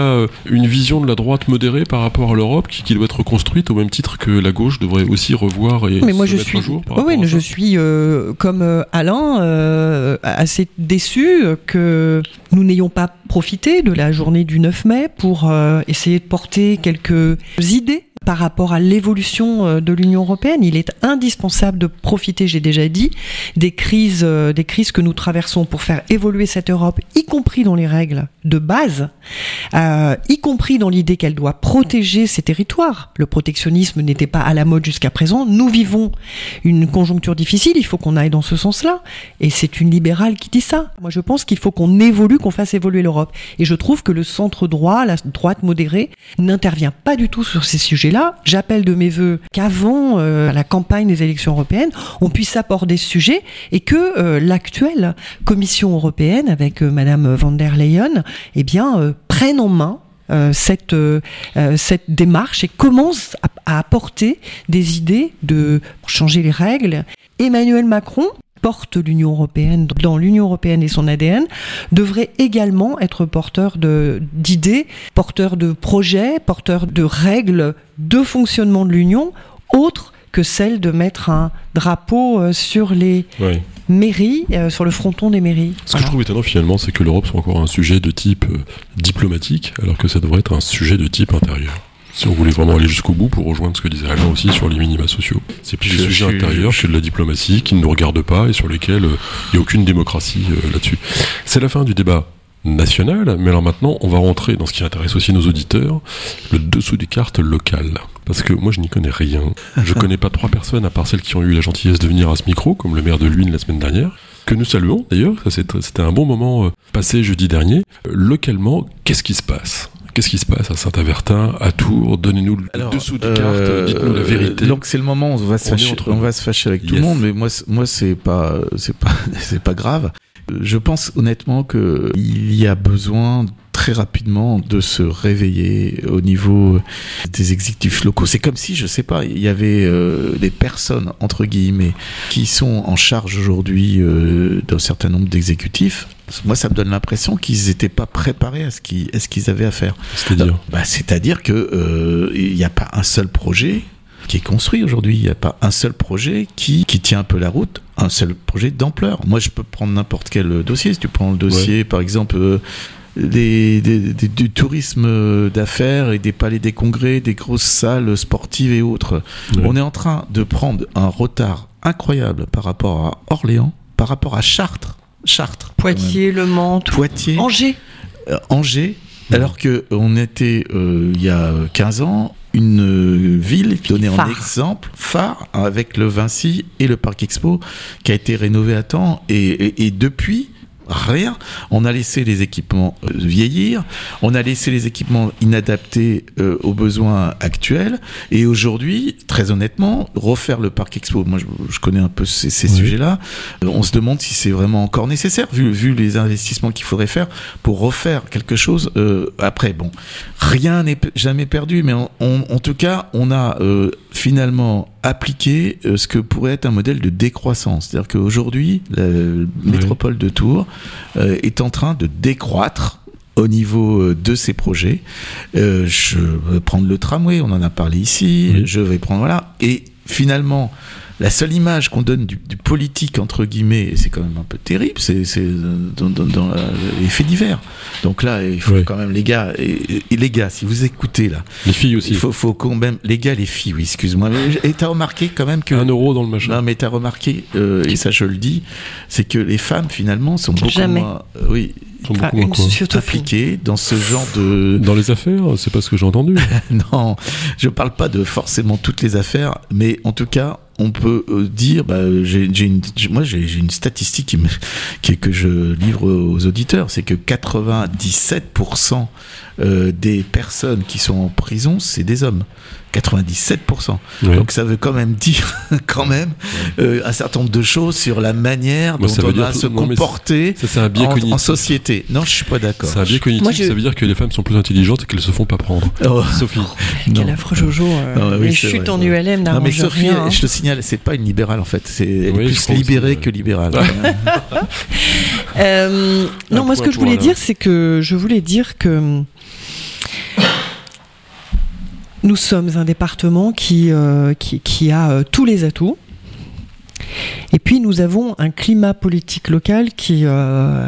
a une vision de la droite modérée par rapport à l'Europe qui, qui doit être reconstruite au même titre que la gauche devrait aussi revoir et mais moi se je mettre suis, à jour par oui, rapport oui, à je ça. suis euh, comme euh, Alain euh, assez déçu que nous n'ayons pas profité de la journée du neuf mai pour euh, essayer de porter quelques idées par rapport à l'évolution de l'Union européenne. Il est indispensable de profiter, j'ai déjà dit, des crises, euh, des crises que nous traversons pour faire évoluer cette Europe, y compris dans les règles de base, euh, y compris dans l'idée qu'elle doit protéger ses territoires. Le protectionnisme n'était pas à la mode jusqu'à présent. Nous vivons une conjoncture difficile, il faut qu'on aille dans ce sens-là. Et c'est une libérale qui dit ça. Moi, je pense qu'il faut qu'on évolue, qu'on fasse évoluer l'Europe. Et je trouve que le centre droit, la droite modérée, n'intervient pas du tout sur ces sujets-là. J'appelle de mes vœux qu'avant euh, la campagne des élections européennes, on puisse aborder ce sujet et que euh, l'actuelle Commission européenne, avec euh, Madame von der Leyen, eh bien, euh, prenne en main euh, cette, euh, cette démarche et commence à, à apporter des idées de changer les règles. Emmanuel Macron porte l'Union européenne, dans l'Union européenne et son A D N, devrait également être porteur de, d'idées, porteur de projets, porteur de règles de fonctionnement de l'Union, autres que celle de mettre un drapeau sur les Ouais. mairies, euh, sur le fronton des mairies. Ce que je trouve étonnant finalement, c'est que l'Europe soit encore un sujet de type euh, diplomatique, alors que ça devrait être un sujet de type intérieur. Si on voulait vraiment aller jusqu'au bout pour rejoindre ce que disait Alain aussi sur les minima sociaux. C'est plus Je des sujets suis- intérieurs que de la diplomatie qui ne nous regardent pas et sur lesquels il n'y a aucune démocratie euh, là-dessus. C'est la fin du débat national, mais alors maintenant on va rentrer dans ce qui intéresse aussi nos auditeurs, le dessous des cartes locales. Parce que moi je n'y connais rien. Je connais pas trois personnes à part celles qui ont eu la gentillesse de venir à ce micro, comme le maire de Luynes la semaine dernière, que nous saluons d'ailleurs, ça c'est- c'était un bon moment euh, passé jeudi dernier. Euh, localement, qu'est-ce qui se passe ? Qu'est-ce qui se passe à Saint-Avertin, à Tours ? Donnez-nous le Alors, dessous des euh, cartes, dites-nous la vérité. Donc c'est le moment où on va se On est fâcher, entre on nous. va se fâcher avec tout Yes. le monde, mais moi, c- moi c'est pas, c'est pas, c'est pas grave. Je pense honnêtement que il y a besoin très rapidement de se réveiller au niveau des exécutifs locaux. C'est comme si, je sais pas, il y avait euh, des personnes entre guillemets qui sont en charge aujourd'hui euh, d'un certain nombre d'exécutifs. Moi, ça me donne l'impression qu'ils n'étaient pas préparés à ce qu'ils, à ce qu'ils avaient à faire. C'est-à-dire Bah, c'est-à-dire que euh, il n'y a pas un seul projet qui est construit aujourd'hui. Il n'y a pas un seul projet qui, qui tient un peu la route, un seul projet d'ampleur. Moi, je peux prendre n'importe quel dossier. Si tu prends le dossier, ouais. par exemple, euh, des, des, des, du tourisme d'affaires et des palais des congrès, des grosses salles sportives et autres, ouais. on est en train de prendre un retard incroyable par rapport à Orléans, par rapport à Chartres. Chartres. Poitiers, Le Mans, Poitiers, Angers. Euh, Angers, mmh. alors qu'on était, euh, il y a quinze ans, une euh, ville qui donnait en exemple phare avec le Vinci et le Parc Expo qui a été rénové à temps et, et, et depuis rien. On a laissé les équipements euh, vieillir, on a laissé les équipements inadaptés euh, aux besoins actuels et aujourd'hui, très honnêtement, refaire le Parc Expo, moi je, je connais un peu ces, ces oui. sujets-là, euh, on se demande si c'est vraiment encore nécessaire vu, vu les investissements qu'il faudrait faire pour refaire quelque chose euh, après. Bon, rien n'est p- jamais perdu, mais on, on, en tout cas, on a euh, finalement appliqué euh, ce que pourrait être un modèle de décroissance. C'est-à-dire qu'aujourd'hui, la oui. métropole de Tours euh, est en train de décroître au niveau de ces projets. Euh, je vais prendre le tramway, on en a parlé ici, oui. je vais prendre... Voilà. Et finalement, la seule image qu'on donne du, du politique, entre guillemets, et c'est quand même un peu terrible, c'est, c'est dans, dans, dans les faits divers. Donc là, il faut oui. quand même, les gars, et, et les gars, si vous écoutez là... Les filles aussi. Il faut, faut quand même... Les gars, les filles, oui, excuse-moi. Et t'as remarqué quand même que... Un euro dans le machin. Non, mais t'as remarqué, euh, et ça je le dis, c'est que les femmes, finalement, sont beaucoup Jamais. moins... Euh, oui, sont beaucoup moins quoi. impliquées dans ce genre de... Dans les affaires, c'est pas ce que j'ai entendu. Non, je parle pas de forcément toutes les affaires, mais en tout cas, on peut euh, dire, bah, j'ai, j'ai une, moi j'ai, j'ai une statistique qui me, qui est que je livre aux auditeurs, c'est que quatre-vingt-dix-sept pour cent euh, des personnes qui sont en prison, c'est des hommes. quatre-vingt-dix-sept pour cent. Oui. Donc ça veut quand même dire quand même euh, un certain nombre de choses sur la manière dont on va se non, comporter ça, c'est un biais en, en société. Non, je suis pas d'accord. C'est un biais cognitif, Moi, je... ça veut dire que les femmes sont plus intelligentes et qu'elles se font pas prendre. Oh. Sophie. Oh, quel affreux Jojo. Euh, non, oui, les chutes en U L M n'arrangent rien. Non mais Sophie, rien, hein. je te signale, c'est pas une libérale en fait. C'est elle oui, est plus libérée que, que libérale. euh, non, moi ce que je voulais dire, c'est que je voulais dire que nous sommes un département qui, euh, qui, qui a euh, tous les atouts. Et puis nous avons un climat politique local qui, euh,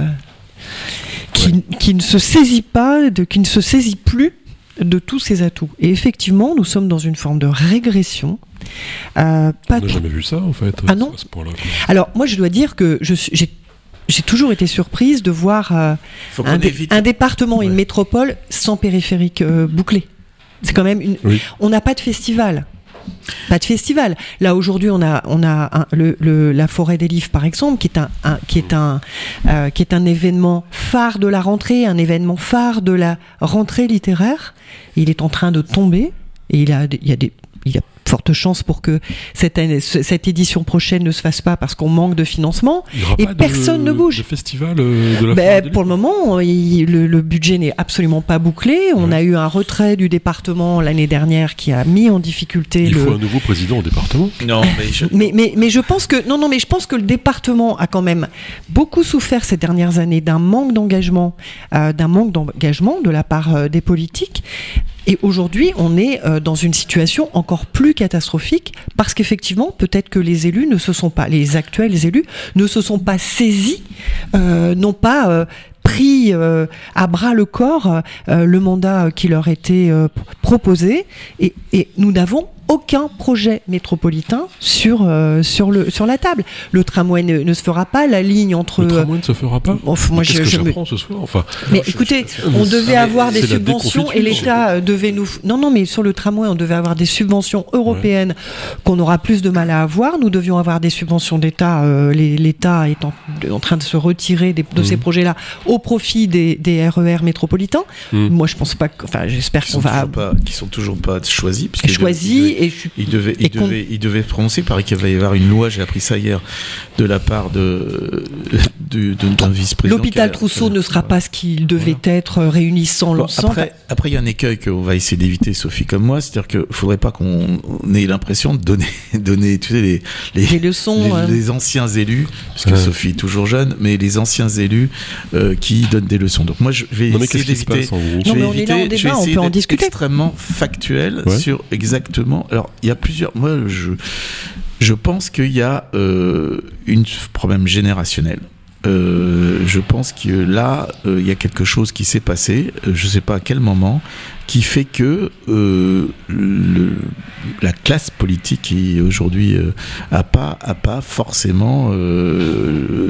qui, ouais. qui ne se saisit pas, de, qui ne se saisit plus de tous ces atouts. Et effectivement, nous sommes dans une forme de régression. Euh, pas On n'a jamais vu ça, en fait. Ah non. À ce point-là. Alors, moi, je dois dire que je suis, j'ai, j'ai toujours été surprise de voir euh, un, dé- un département et ouais. une métropole sans périphérique euh, bouclé. C'est quand même une. Oui. On n'a pas de festival. Pas de festival. Là aujourd'hui, on a on a un, le, le la forêt des livres par exemple, qui est un, un qui est un euh, qui est un événement phare de la rentrée, un événement phare de la rentrée littéraire. Il est en train de tomber et il a il y a des il y a forte chance pour que cette, année, cette édition prochaine ne se fasse pas parce qu'on manque de financement et personne de, ne bouge. De festival euh, de la ben, pour le moment, il, le, le budget n'est absolument pas bouclé. On ouais. a eu un retrait du département l'année dernière qui a mis en difficulté. Il le... faut un nouveau président au département. Non, mais je... mais, mais, mais je pense que non, non, mais je pense que le département a quand même beaucoup souffert ces dernières années d'un manque d'engagement, euh, d'un manque d'engagement de la part euh, des politiques. Et aujourd'hui, on est euh, dans une situation encore plus catastrophique parce qu'effectivement, peut-être que les élus ne se sont pas, les actuels élus ne se sont pas saisis, euh, n'ont pas euh, pris euh, à bras le corps euh, le mandat qui leur était euh, proposé. Et, et nous n'avons aucun projet métropolitain sur, euh, sur, le, sur la table. Le tramway ne, ne se fera pas, la ligne entre... Le tramway ne se fera pas enfin, moi, Qu'est-ce je, que je j'apprends me... ce soir enfin, Mais je, écoutez, je, je, on devait ah, avoir des c'est subventions et l'État devait nous... Non, non, mais sur le tramway, on devait avoir des subventions européennes ouais. qu'on aura plus de mal à avoir. Nous devions avoir des subventions d'État. Euh, les, L'État est en, en train de se retirer des, de mmh. ces projets-là au profit des, des R E R métropolitains. Mmh. Moi, je pense pas... Que, enfin, j'espère qui qu'on va... Pas, qui sont toujours pas choisis. Choisis et... Ils devaient Il devait, il devait prononcer, il paraît qu'il va y avoir une loi, j'ai appris ça hier, de la part de, de, de, d'un vice-président. L'hôpital Trousseau ne sera pas ce qu'il devait voilà. être réunissant bon, l'ensemble. Après, après, il y a un écueil qu'on va essayer d'éviter, Sophie, comme moi, c'est-à-dire qu'il ne faudrait pas qu'on ait l'impression de donner, donner tu sais, les, les, les leçons. Les, euh... les anciens élus, parce que ouais. Sophie est toujours jeune, mais les anciens élus euh, qui donnent des leçons. Donc moi, je vais non, essayer d'éviter. Passe, en gros non, mais on est là en débat, on peut en discuter. Extrêmement factuel ouais. sur exactement. Alors, il y a plusieurs. Moi, je. Je pense qu'il y a euh, un problème générationnel. Euh, je pense que là, euh, il y a quelque chose qui s'est passé, euh, je ne sais pas à quel moment, qui fait que euh, le, la classe politique qui aujourd'hui euh, a pas a pas forcément euh,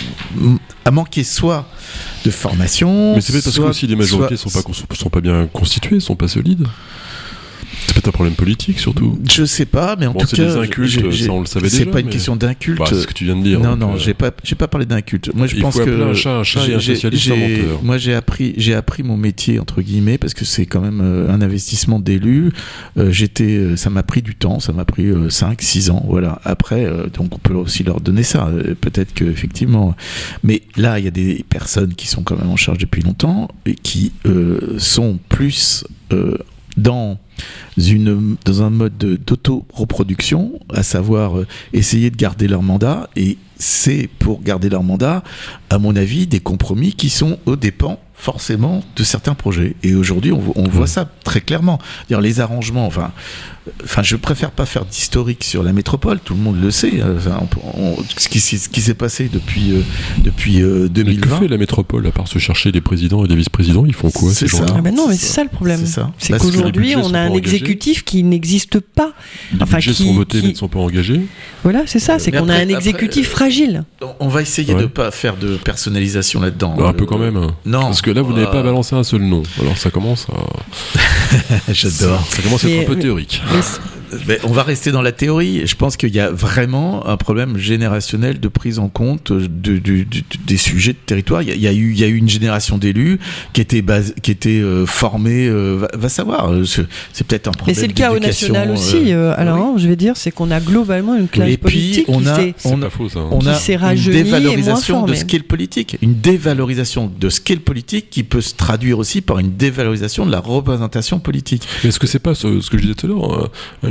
a manqué soit de formation. Mais c'est peut-être parce que aussi les majorités soit, sont pas sont pas bien constituées, sont pas solides. C'est peut-être un problème politique, surtout. Je sais pas, mais en bon, tout c'est cas, des incultes, j'ai, j'ai, ça on le savait c'est déjà. C'est pas une mais... question d'inculte. Bah, c'est ce que tu viens de dire. Non, donc, non, euh... j'ai pas, j'ai pas parlé d'inculte. Moi, je il pense faut que un chat, un chat et un spécialiste inventeur. Moi, j'ai appris, j'ai appris mon métier entre guillemets parce que c'est quand même euh, un investissement d'élu. Euh, j'étais, euh, ça m'a pris du temps, ça m'a pris euh, cinq, six ans, voilà. Après, euh, donc on peut aussi leur donner ça. Euh, peut-être que effectivement, mais là, il y a des personnes qui sont quand même en charge depuis longtemps et qui euh, sont plus euh, dans Une, dans un mode de, d'auto-reproduction, à savoir euh, essayer de garder leur mandat, et c'est pour garder leur mandat, à mon avis, des compromis qui sont aux dépens forcément de certains projets. Et aujourd'hui, on, on voit ça très clairement. Dire les arrangements, enfin, enfin, je préfère pas faire d'historique sur la métropole, tout le monde le sait. Enfin, on, on, ce, qui, ce qui s'est passé depuis, euh, depuis euh, deux mille vingt. Mais que fait la métropole, à part se chercher des présidents et des vice-présidents? Ils font quoi, c'est ces ça. gens-là? Ah ben non, mais c'est c'est ça le problème. C'est, ça. c'est qu'aujourd'hui, on a un exécutif qui n'existe pas. Les enfin, budgets qui, sont votés qui... mais ne sont pas engagés. Voilà, c'est ça. C'est mais qu'on après, a un exécutif après, fragile. On va essayer ouais. de pas faire de personnalisation là-dedans. Bah, un euh, peu quand même. Non. Parce que là, vous euh... n'avez pas balancé un seul nom. Alors ça commence à... J'adore. Ça, ça commence à être mais, un peu théorique. Mais, mais on va rester dans la théorie. Je pense qu'il y a vraiment un problème générationnel de prise en compte de, de, de, de, des sujets de territoire. Il y a, il y a eu, il y a eu une génération d'élus qui était base, qui était euh, formée. Euh, va, va savoir. C'est, c'est peut-être un problème. Mais c'est le cas au national aussi. Euh, alors, oui. je vais dire, c'est qu'on a globalement une classe et politique puis, on a, qui s'est, on a, faux, ça, hein. on a qui s'est une dévalorisation de ce qu'est le politique, une dévalorisation de ce qu'est le politique qui peut se traduire aussi par une dévalorisation de la représentation politique. Mais est-ce que c'est pas ce, ce que je disais tout à l'heure,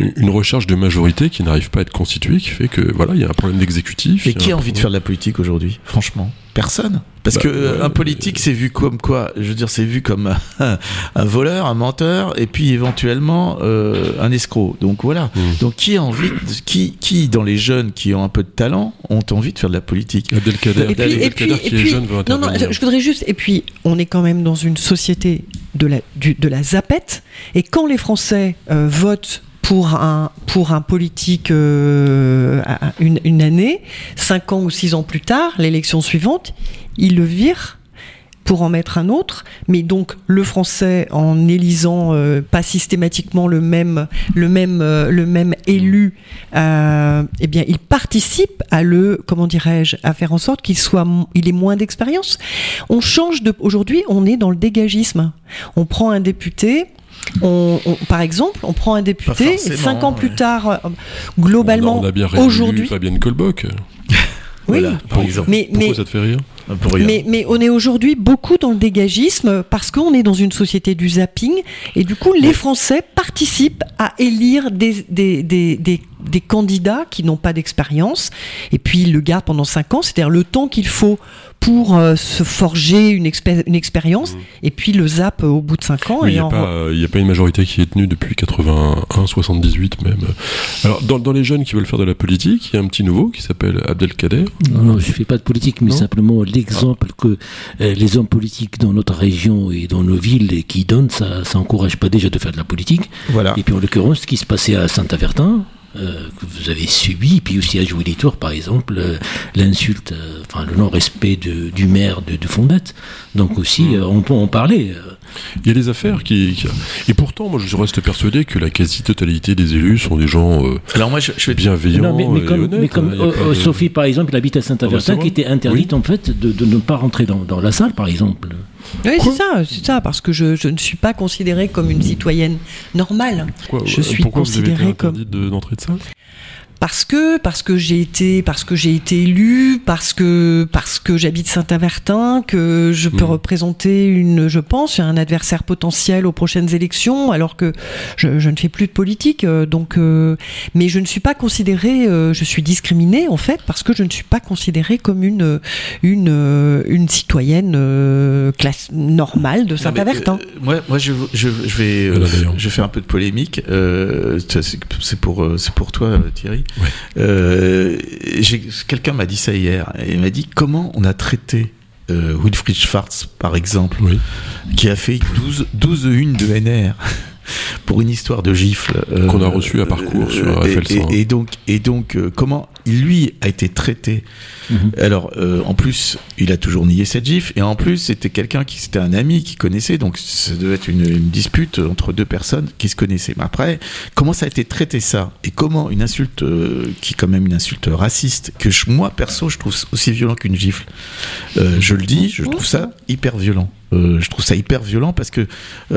une recherche de majorité qui n'arrive pas à être constituée, qui fait que voilà, il y a un problème d'exécutif. Et qui a envie de faire de la politique aujourd'hui ? Franchement, personne. Parce bah, que euh, un politique, c'est vu comme quoi ? Je veux dire, c'est vu comme un, un voleur, un menteur, et puis éventuellement euh, un escroc. Donc voilà. Mmh. Donc qui a envie, de, qui, qui dans les jeunes qui ont un peu de talent ont envie de faire de la politique ? Abdelkader, et puis, et puis, Abdelkader qui et puis, est jeune veut intervenir. Non, non, je voudrais juste. Et puis, on est quand même dans une société de la du, de la zapette. Et quand les Français euh, votent pour un, pour un politique euh, une, une année, cinq ans ou six ans plus tard, l'élection suivante, ils le virent pour en mettre un autre, mais donc le français, en élisant euh, pas systématiquement le même, le même, euh, le même élu, euh, eh bien, il participe à le, comment dirais-je, à faire en sorte qu'il soit, il ait moins d'expérience. On change de, aujourd'hui, on est dans le dégagisme. On prend un député. On, on, par exemple, on prend un député et cinq ans ouais. plus tard, euh, globalement, on a, on a bien aujourd'hui, Fabienne Colbock. Oui, voilà, par exemple. Mais, Pourquoi mais, ça te fait rire ? mais, mais on est aujourd'hui beaucoup dans le dégagisme parce qu'on est dans une société du zapping et du coup les Français participent à élire des, des, des, des, des candidats qui n'ont pas d'expérience et puis ils le gardent pendant cinq ans, c'est-à-dire le temps qu'il faut pour euh, se forger une, expé- une expérience, mmh. et puis le zap euh, au bout de cinq ans. Il n'y en... a, a pas une majorité qui est tenue depuis quatre-vingt-un, soixante-dix-huit même. Alors, dans, dans les jeunes qui veulent faire de la politique, il y a un petit nouveau qui s'appelle Abdelkader. Non, non, je ne fais pas de politique, mais non. simplement l'exemple ah. que euh, les hommes politiques dans notre région et dans nos villes qui donnent, ça n'encourage pas déjà de faire de la politique. Voilà. Et puis en l'occurrence, ce qui se passait à Saint-Avertin, Euh, que vous avez subi, puis aussi à Jouy-les-Tours par exemple, euh, l'insulte, euh, enfin le non-respect de, du maire de, de Fondette. Donc aussi, mmh. euh, on peut en parler. Euh. Il y a des affaires qui, qui... Et pourtant, moi je reste persuadé que la quasi-totalité des élus sont des gens euh, Alors moi, je, je vais bienveillants non, mais, mais et comme, honnêtes. Mais comme euh, euh, de... Sophie par exemple, elle habite à Saint-Avertin, qui était interdite oui. en fait de, de ne pas rentrer dans, dans la salle par exemple. Oui, Quoi c'est ça, c'est ça, parce que je, je ne suis pas considérée comme une citoyenne normale. Quoi, je suis pourquoi considérée vous avez été comme interdite de, d'entrée de salle ? Parce que parce que j'ai été parce que j'ai été élue, parce que parce que j'habite Saint-Avertin, que je peux mmh. représenter une, je pense, un adversaire potentiel aux prochaines élections, alors que je, je ne fais plus de politique, donc euh, mais je ne suis pas considérée, euh, je suis discriminée en fait parce que je ne suis pas considérée comme une une une citoyenne euh, classe normale de Saint-Avertin. Euh, moi moi je je, je vais euh, je vais faire un peu de polémique. Euh, c'est, c'est pour c'est pour toi Thierry. Ouais. Euh, j'ai, quelqu'un m'a dit ça hier et il m'a dit comment on a traité euh, Wilfried Schwartz par exemple, oui. qui a fait douze, douze une de N R pour une histoire de gifle euh, qu'on a reçu à parcours euh, sur R F L cent. Et, et donc, et donc euh, comment lui a été traité. Mm-hmm. Alors, euh, en plus, il a toujours nié cette gifle, et en plus, c'était quelqu'un qui, c'était un ami qui connaissait, donc ça devait être une, une dispute entre deux personnes qui se connaissaient. Mais après, comment ça a été traité ça, et comment une insulte, euh, qui est quand même une insulte raciste, que je, moi, perso, je trouve aussi violent qu'une gifle. Euh, je le dis, je trouve ça hyper violent. Euh, je trouve ça hyper violent parce que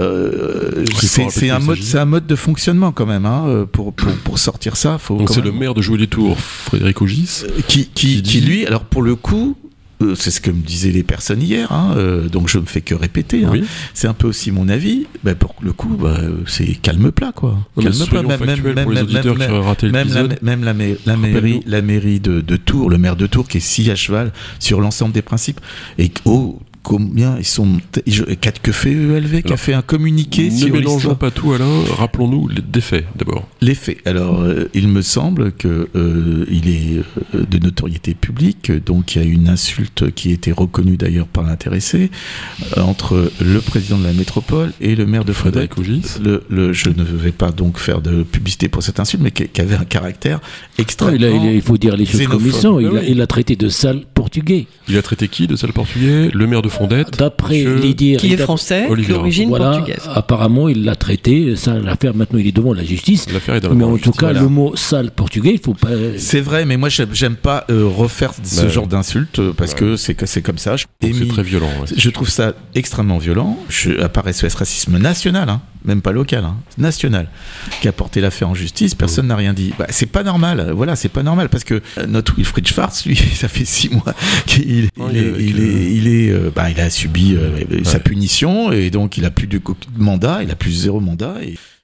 euh, c'est, c'est, un mode, c'est un mode de fonctionnement quand même hein, pour, pour, pour sortir ça. Faut Donc c'est même... le maire de Jouy-les-Tours, Frédéric Ogis, euh, qui, qui, qui, qui lui, alors pour le coup, euh, c'est ce que me disaient les personnes hier, hein, euh, donc je ne fais que répéter. Hein, oui. C'est un peu aussi mon avis. Bah, pour le coup, bah, c'est calme plat quoi. Non, calme plat. Même, même, même, pour les auditeurs même, qui auraient raté même l'épisode. La, même la, la, la mairie, la mairie de, de Tours, le maire de Tours qui est si à cheval sur l'ensemble des principes et oh. Combien ils sont que fait E L V qui a fait un communiqué ne sur mélangeons l'histoire. Pas tout Alain, rappelons-nous les des faits d'abord. Les faits. Alors euh, il me semble que euh, il est euh, de notoriété publique, donc il y a une insulte qui a été reconnue d'ailleurs par l'intéressé euh, entre le président de la métropole et le maire de Frédéric Ogis. Le, le, je ne vais pas donc faire de publicité pour cette insulte, mais qui, qui avait un caractère extrêmement. Non, il, a, il faut dire les choses comme ils sont. Il, a, il a traité de sale portugais. Il a traité qui de sale portugais ? Le maire de Fondette, d'après les dires, qui est français, d'origine voilà, portugaise. Apparemment, il l'a traité. Ça, l'affaire maintenant, il est devant la justice. L'affaire est dans la mais en justice, tout cas, voilà. Le mot sale portugais, il faut pas. C'est vrai, mais moi, j'aime, j'aime pas euh, refaire ce bah, genre d'insultes parce ouais. que c'est c'est comme ça. C'est mis, très violent. Ouais, je trouve ça extrêmement violent. Je, à part S O S Racisme national, hein, même pas local, hein, national, qui a porté l'affaire en justice. Personne mmh. n'a rien dit. Bah, c'est pas normal. Voilà, c'est pas normal parce que notre Wilfried Schwartz, lui, ça fait six mois qu'il oh, il, est, il, est, il est, euh, bah, il a subi euh, ouais. sa punition et donc il a plus de mandat, il a plus zéro mandat et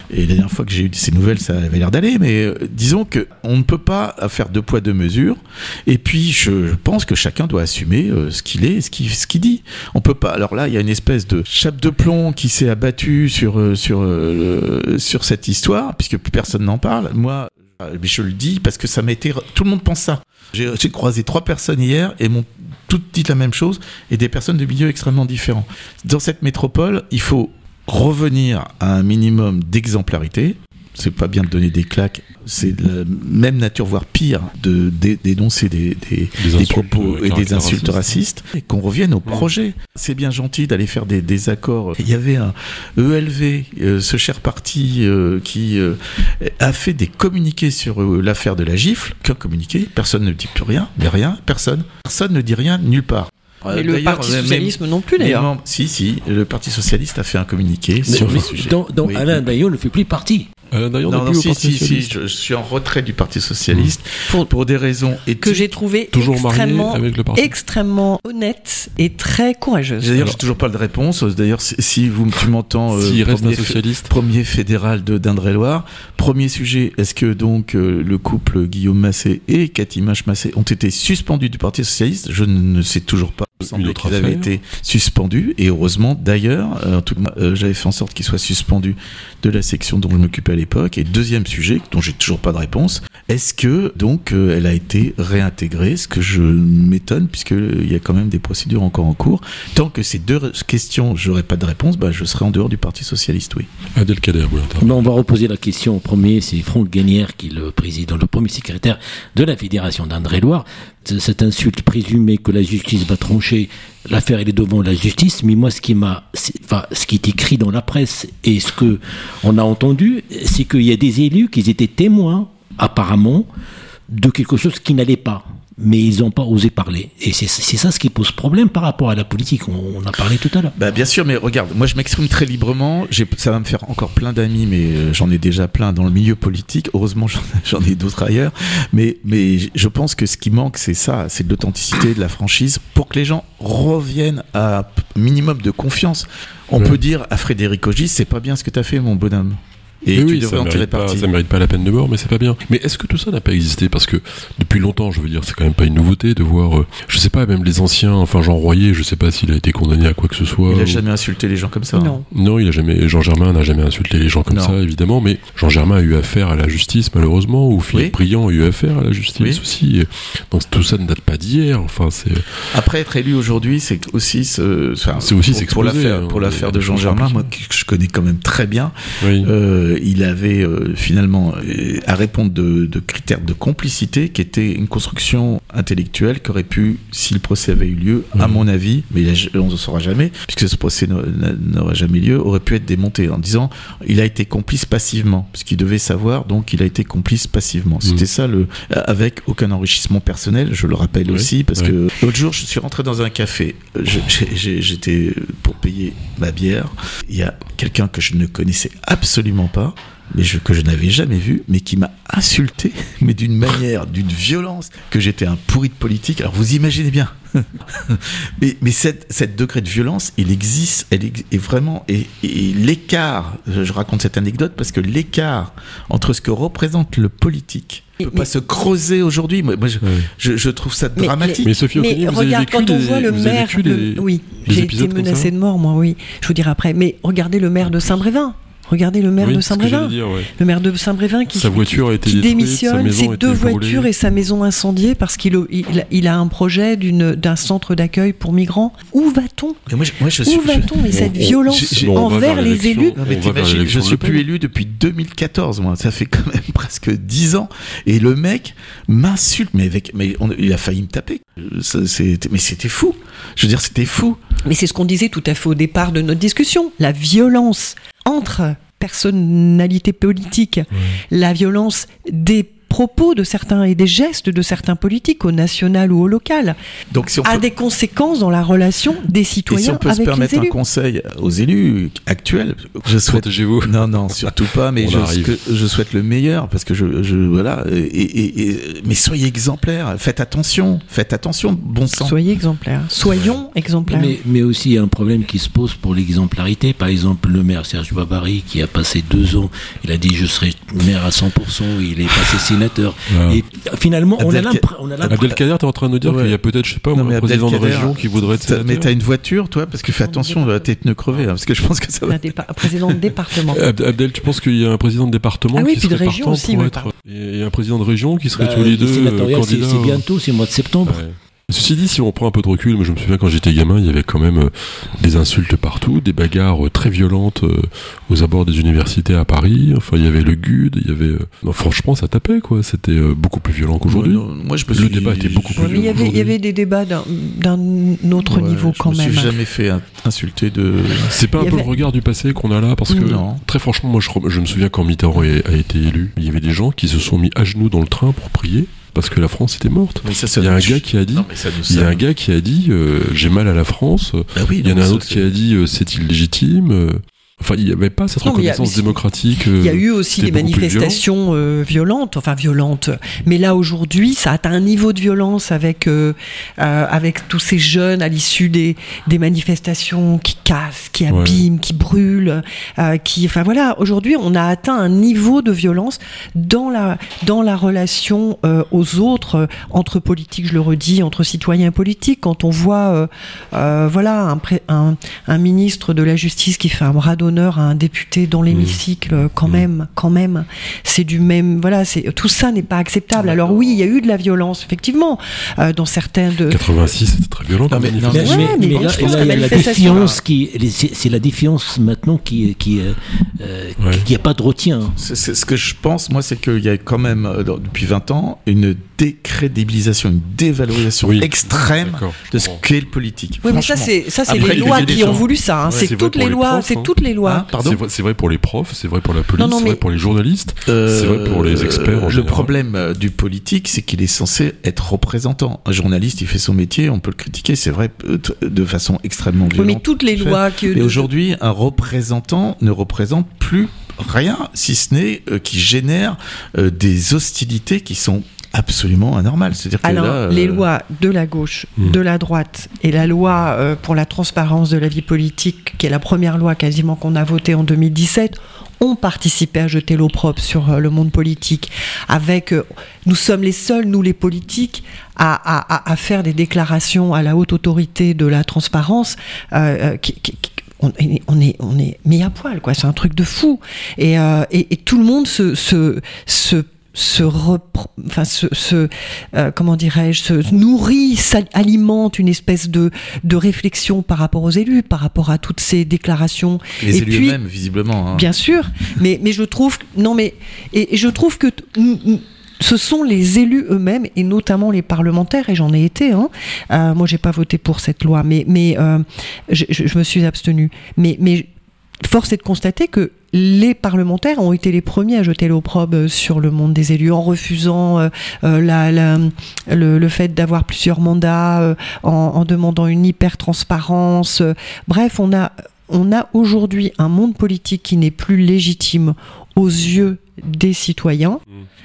Et la dernière fois que j'ai eu ces nouvelles, ça avait l'air d'aller, mais euh, disons qu'on ne peut pas faire deux poids, deux mesures. Et puis, je, je pense que chacun doit assumer euh, ce qu'il est, ce qu'il, ce qu'il dit. On peut pas. Alors là, il y a une espèce de chape de plomb qui s'est abattue sur, euh, sur, euh, sur cette histoire, puisque plus personne n'en parle. Moi, je le dis parce que ça m'a été. Tout le monde pense ça. J'ai, j'ai croisé trois personnes hier et m'ont toutes dit la même chose, et des personnes de milieux extrêmement différents. Dans cette métropole, il faut revenir à un minimum d'exemplarité. C'est pas bien de donner des claques, c'est de la même nature, voire pire, de dé- dénoncer des, des, Des des insultes, propos euh, et des insultes racistes. racistes, et qu'on revienne au projet. C'est bien gentil d'aller faire des, des accords. Il y avait un E L V, euh, ce cher parti euh, qui euh, a fait des communiqués sur euh, l'affaire de la gifle. Qu'un communiqué, personne ne dit plus rien, mais rien, personne. Personne ne dit rien nulle part. Et le D'ailleurs, Parti même- Socialiste non plus, les d'ailleurs. membres- si, si, le Parti Socialiste a fait un communiqué Mais- sur mais le sujet. dans, dans Oui. Alain Daillot ne fait plus partie. Euh, D'ailleurs, Non, on n'est non, plus au si, Parti si, si, Socialiste. je, je suis en retrait du Parti Socialiste Pour- pour des raisons éthiques. Que j'ai trouvé Toujours marié extrêmement, avec le parti. extrêmement honnête et très courageuse. D'ailleurs, Alors- j'ai toujours pas de réponse. D'ailleurs, si, si vous, tu m'entends, euh, S'il reste un premier, socialiste. premier fédéral de d'Indre-et-Loire, premier sujet, est-ce que donc euh, le couple Guillaume Massé et Cathy Mache-Massé ont été suspendus du Parti Socialiste? Je ne, ne sais toujours pas. Il Une semblait autre qu'ils avaient affaire. été suspendus, et heureusement d'ailleurs, euh, en tout cas, euh, j'avais fait en sorte qu'ils soient suspendus de la section dont je m'occupais à l'époque. Et deuxième sujet, dont j'ai toujours pas de réponse, est-ce que donc euh, elle a été réintégrée? Ce que je m'étonne, puisque euh, il y a quand même des procédures encore en cours. Tant que ces deux questions, j'aurai pas de réponse, bah, je serai en dehors du Parti Socialiste, oui. Abdelkader, oui, attends. Mais on va reposer la question au premier, c'est Franck Guénière qui est le président, le premier secrétaire de la Fédération d'Indre-et-Loire. C- Cette insulte présumée que la justice va trancher, l'affaire elle est devant la justice, mais moi ce qui m'a, c'est- enfin ce qui est écrit dans la presse et ce que on a entendu, c'est qu'il y a des élus qui étaient témoins apparemment de quelque chose qui n'allait pas. Mais ils n'ont pas osé parler. Et c'est, c'est ça ce qui pose problème par rapport à la politique. On, on a parlé tout à l'heure. Bah bien sûr, mais regarde, moi je m'exprime très librement. J'ai, ça va me faire encore plein d'amis, mais euh, j'en ai déjà plein dans le milieu politique. Heureusement, j'en, j'en ai d'autres ailleurs. Mais, mais je pense que ce qui manque, c'est ça, c'est de l'authenticité, de la franchise, pour que les gens reviennent à un minimum de confiance. On Ouais. peut dire à Frédéric Ogis, c'est pas bien ce que t'as fait, mon bonhomme. Et Mais tu oui, devrais ça en tirer mérite, pas, parti. ça mérite pas la peine de mort, mais c'est pas bien. Mais est-ce que tout ça n'a pas existé? Parce que depuis longtemps, je veux dire, c'est quand même pas une nouveauté de voir, euh, je sais pas, même les anciens, enfin Jean Royer, je sais pas s'il a été condamné à quoi que ce soit. Il a ou- jamais insulté les gens comme ça. hein. Non. Non, il a jamais. Jean Germain n'a jamais insulté les gens comme Non. ça, évidemment. Mais Jean Germain a eu affaire à la justice, malheureusement, ou Philippe Oui. Briand a eu affaire à la justice Oui. aussi. Et donc tout ça ne date pas d'hier. Enfin, c'est. Après être élu aujourd'hui, c'est aussi ce, enfin, C'est aussi pour, pour s'exposer, l'affaire, hein. pour l'affaire Il y a de des Jean choses Germain, moi compliquées. que je connais quand même très bien. Oui. Euh, il avait euh, finalement euh, à répondre de, de critères de complicité qui étaient une construction intellectuelle qui aurait pu, si le procès avait eu lieu, à Mhm. mon avis, mais là, je- on ne le saura jamais, puisque ce procès n'a- n'a- n'aurait jamais lieu, aurait pu être démonté en disant il a été complice passivement, puisqu'il devait savoir, donc il a été complice passivement. C'était ça, le, avec aucun enrichissement personnel, je le rappelle Oui. aussi, parce Oui. que l'autre jour, je suis rentré dans un café, Je- j'ai- j'ai- j'étais pour payer ma bière, il y a quelqu'un que je ne connaissais absolument pas, mais je, que je n'avais jamais vu, mais qui m'a insulté, mais d'une manière, d'une violence, que j'étais un pourri de politique. Alors vous imaginez bien. mais mais cette, cette degré de violence, il existe, elle ex- est vraiment, et, et l'écart, je raconte cette anecdote parce que l'écart entre ce que représente le politique ne Mais- peut pas mais- se creuser aujourd'hui. Moi, moi, je, Ouais. je, je trouve ça Mais- dramatique. Mais Sophie Oconi, Mais vous avez regarde, vécu quand on des- voit le vous avez maire, vécu le- des- oui, des j'ai été épisodes comme menacé ça de mort, moi, oui. Je vous dirai après. Mais regardez le maire de Saint-Brévin. Regardez le maire Oui, de c'est ce que j'allais Saint-Brévin. dire, ouais. Le maire de Saint-Brévin qui, Sa voiture a été qui détruite, sa démissionne, maison ses a été deux brûlée. voitures et sa maison incendiée parce qu'il il, il a un projet d'une, d'un centre d'accueil pour migrants. Où va-t-on Et moi, je, moi, je suis, Où va-t-on Mais on- cette on- violence j'ai- j'ai- Bon, on va envers vers les l'élection. élus. Non, mais On va vers t'imagines, je l'élection suis de plus Le Pen. élu depuis deux mille quatorze, moi. Ça fait quand même presque dix ans. Et le mec m'insulte, mais avec, mais on- il a failli me taper. Euh, ça, c'était- mais c'était fou. Je veux dire, c'était fou. Mais c'est ce qu'on disait tout à fait au départ de notre discussion. La violence entre personnalités politiques, la violence des propos de certains et des gestes de certains politiques, au national ou au local, Donc, si on a peut... des conséquences dans la relation des citoyens Et si on peut avec se permettre les un élus. conseil aux élus actuels, je souhaite... Protégez-vous. Non, non, surtout pas, mais On je, arrive. que- je souhaite le meilleur, parce que je, je voilà, et, et, et- mais soyez exemplaires, faites attention, faites attention, bon sang. Soyez exemplaires. Soyons exemplaires. Mais, mais aussi, il y a un problème qui se pose pour l'exemplarité. Par exemple, le maire Serge Babary, qui a passé deux ans, il a dit je serai maire à cent pour cent, il est passé sénateur. Ouais. Et finalement, on a Abdelka- l'impr- on a l'impression. Abdelkader, t'es en train de nous dire Ouais. qu'il y a peut-être, je sais pas, Non, moi, mais un président de Abdelkader, région qui voudrait être T'as- sénateur. Mais t'as une voiture, toi, parce que fais attention, là, t'es pneu crevé, hein, parce que je pense que ça va. Un dépa- un président de département. Ab- Abdel, tu penses qu'il y a un président de département Ah oui, qui puis de serait région partant aussi, pour ouais, être... pardon. Et un président de région qui serait Bah, tous les deux euh, sénatorial, c'est candidats c'est au- bientôt, c'est au mois de septembre. Ouais. Ceci dit, si on prend un peu de recul, moi je me souviens quand j'étais gamin, il y avait quand même euh, des insultes partout, des bagarres euh, très violentes euh, aux abords des universités à Paris. Enfin, il y avait le G U D, il y avait. euh, Non, franchement, ça tapait quoi. C'était euh, beaucoup plus violent qu'aujourd'hui. Ouais, non, moi, je me Le suis- débat était beaucoup plus Ouais, mais il y avait, il y aujourd'hui. avait des débats d'un, d'un autre Ouais, niveau quand je même. me suis jamais fait in- insulter de. C'est pas Il un y peu avait- le regard du passé qu'on a là, parce que Non. très franchement, moi je, re- je me souviens quand Mitterrand a, a été élu, il y avait des gens qui se sont mis à genoux dans le train pour prier parce que la France était morte. Mais ça, ça Il y a nous- un gars qui a dit, Non, mais ça nous il y a sert. un gars qui a dit, euh, j'ai mal à la France. Bah oui, Il y en non, a un ça, autre c'est- qui a dit euh, c'est illégitime. euh. Enfin, il n'y avait pas cette Non, mais il y a- reconnaissance mais si- démocratique. Il y a euh, eu aussi c'était des beaucoup plus manifestations euh, violentes, enfin violentes. Mais là aujourd'hui, ça atteint un niveau de violence avec euh, euh, avec tous ces jeunes à l'issue des des manifestations qui cassent, qui Ouais. abîment, qui brûlent, euh, qui. Enfin voilà, aujourd'hui, on a atteint un niveau de violence dans la dans la relation euh, aux autres euh, entre politiques, je le redis, entre citoyens et politiques. Quand on voit, euh, euh, voilà, un, pré- un un ministre de la Justice qui fait un bras d'honneur à un député dans l'hémicycle, euh, quand Mmh. même, quand même, c'est du même, voilà, c'est tout ça n'est pas acceptable. Alors oui, il y a eu de la violence, effectivement, euh, dans certains de. quatre-vingt-six, c'était très violent comme Non, mais- non, Mais, manifestation. Ouais, mais- mais mais bon, là, je et pense là, que il y a la la manifestation, défiance qui, c'est c'est la défiance maintenant qui, qui, euh, euh, Ouais. qui a pas de retien. C'est, c'est- ce que je pense, moi, c'est qu'il y a quand même, euh, dans- depuis vingt ans, une décrédibilisation, une dévalorisation Oui. extrême D'accord, je de ce comprends. qu'est le politique. Oui, mais ça Franchement. c'est ça c'est Après, les il y lois avait des qui ont gens- voulu ça. hein. Ouais, c'est c'est vrai toutes pour les les lois, profs, c'est hein. toutes les lois. Hein, pardon. C'est vrai, c'est vrai pour les profs, c'est vrai pour la police, Non, non, c'est vrai mais- pour les journalistes, Euh, c'est vrai pour les experts en le général. problème euh, du politique, c'est qu'il est censé être représentant. Un journaliste, il fait son métier, on peut le critiquer, c'est vrai, euh, t- de façon extrêmement Oui, violente. mais toutes les fait. lois que. Mais aujourd'hui, un représentant ne représente plus rien, si ce n'est euh, qui génère euh, des hostilités qui sont absolument anormales. C'est-à-dire que Alors, là, euh, les lois de la gauche, Hmm. de la droite et la loi euh, pour la transparence de la vie politique, qui est la première loi quasiment qu'on a votée en deux mille dix-sept, ont participé à jeter l'opprobre sur euh, le monde politique. Avec, euh, nous sommes les seuls, nous les politiques, à, à, à- à faire des déclarations à la haute autorité de la transparence. Euh, euh, qui, qui- qui- on est, on est, on est mis à poil, quoi. C'est un truc de fou. Et, euh, et, et tout le monde se, se, se se repr- enfin se, se euh, comment dirais-je se nourrit, s'alimente une espèce de de réflexion par rapport aux élus, par rapport à toutes ces déclarations. les et élus puis, eux-mêmes, visiblement. hein. bien sûr, mais mais je trouve que- non mais et, et je trouve que t- n- n- ce sont les élus eux-mêmes et notamment les parlementaires, et j'en ai été. Hein. Euh, moi, j'ai pas voté pour cette loi, mais mais euh, je, je- je me suis abstenue. Mais mais force est de constater que les parlementaires ont été les premiers à jeter l'opprobre sur le monde des élus en refusant euh, euh, la, la, le, le fait d'avoir plusieurs mandats, euh, en, en demandant une hyper-transparence. Euh, bref, on a, on a aujourd'hui un monde politique qui n'est plus légitime aux yeux des citoyens,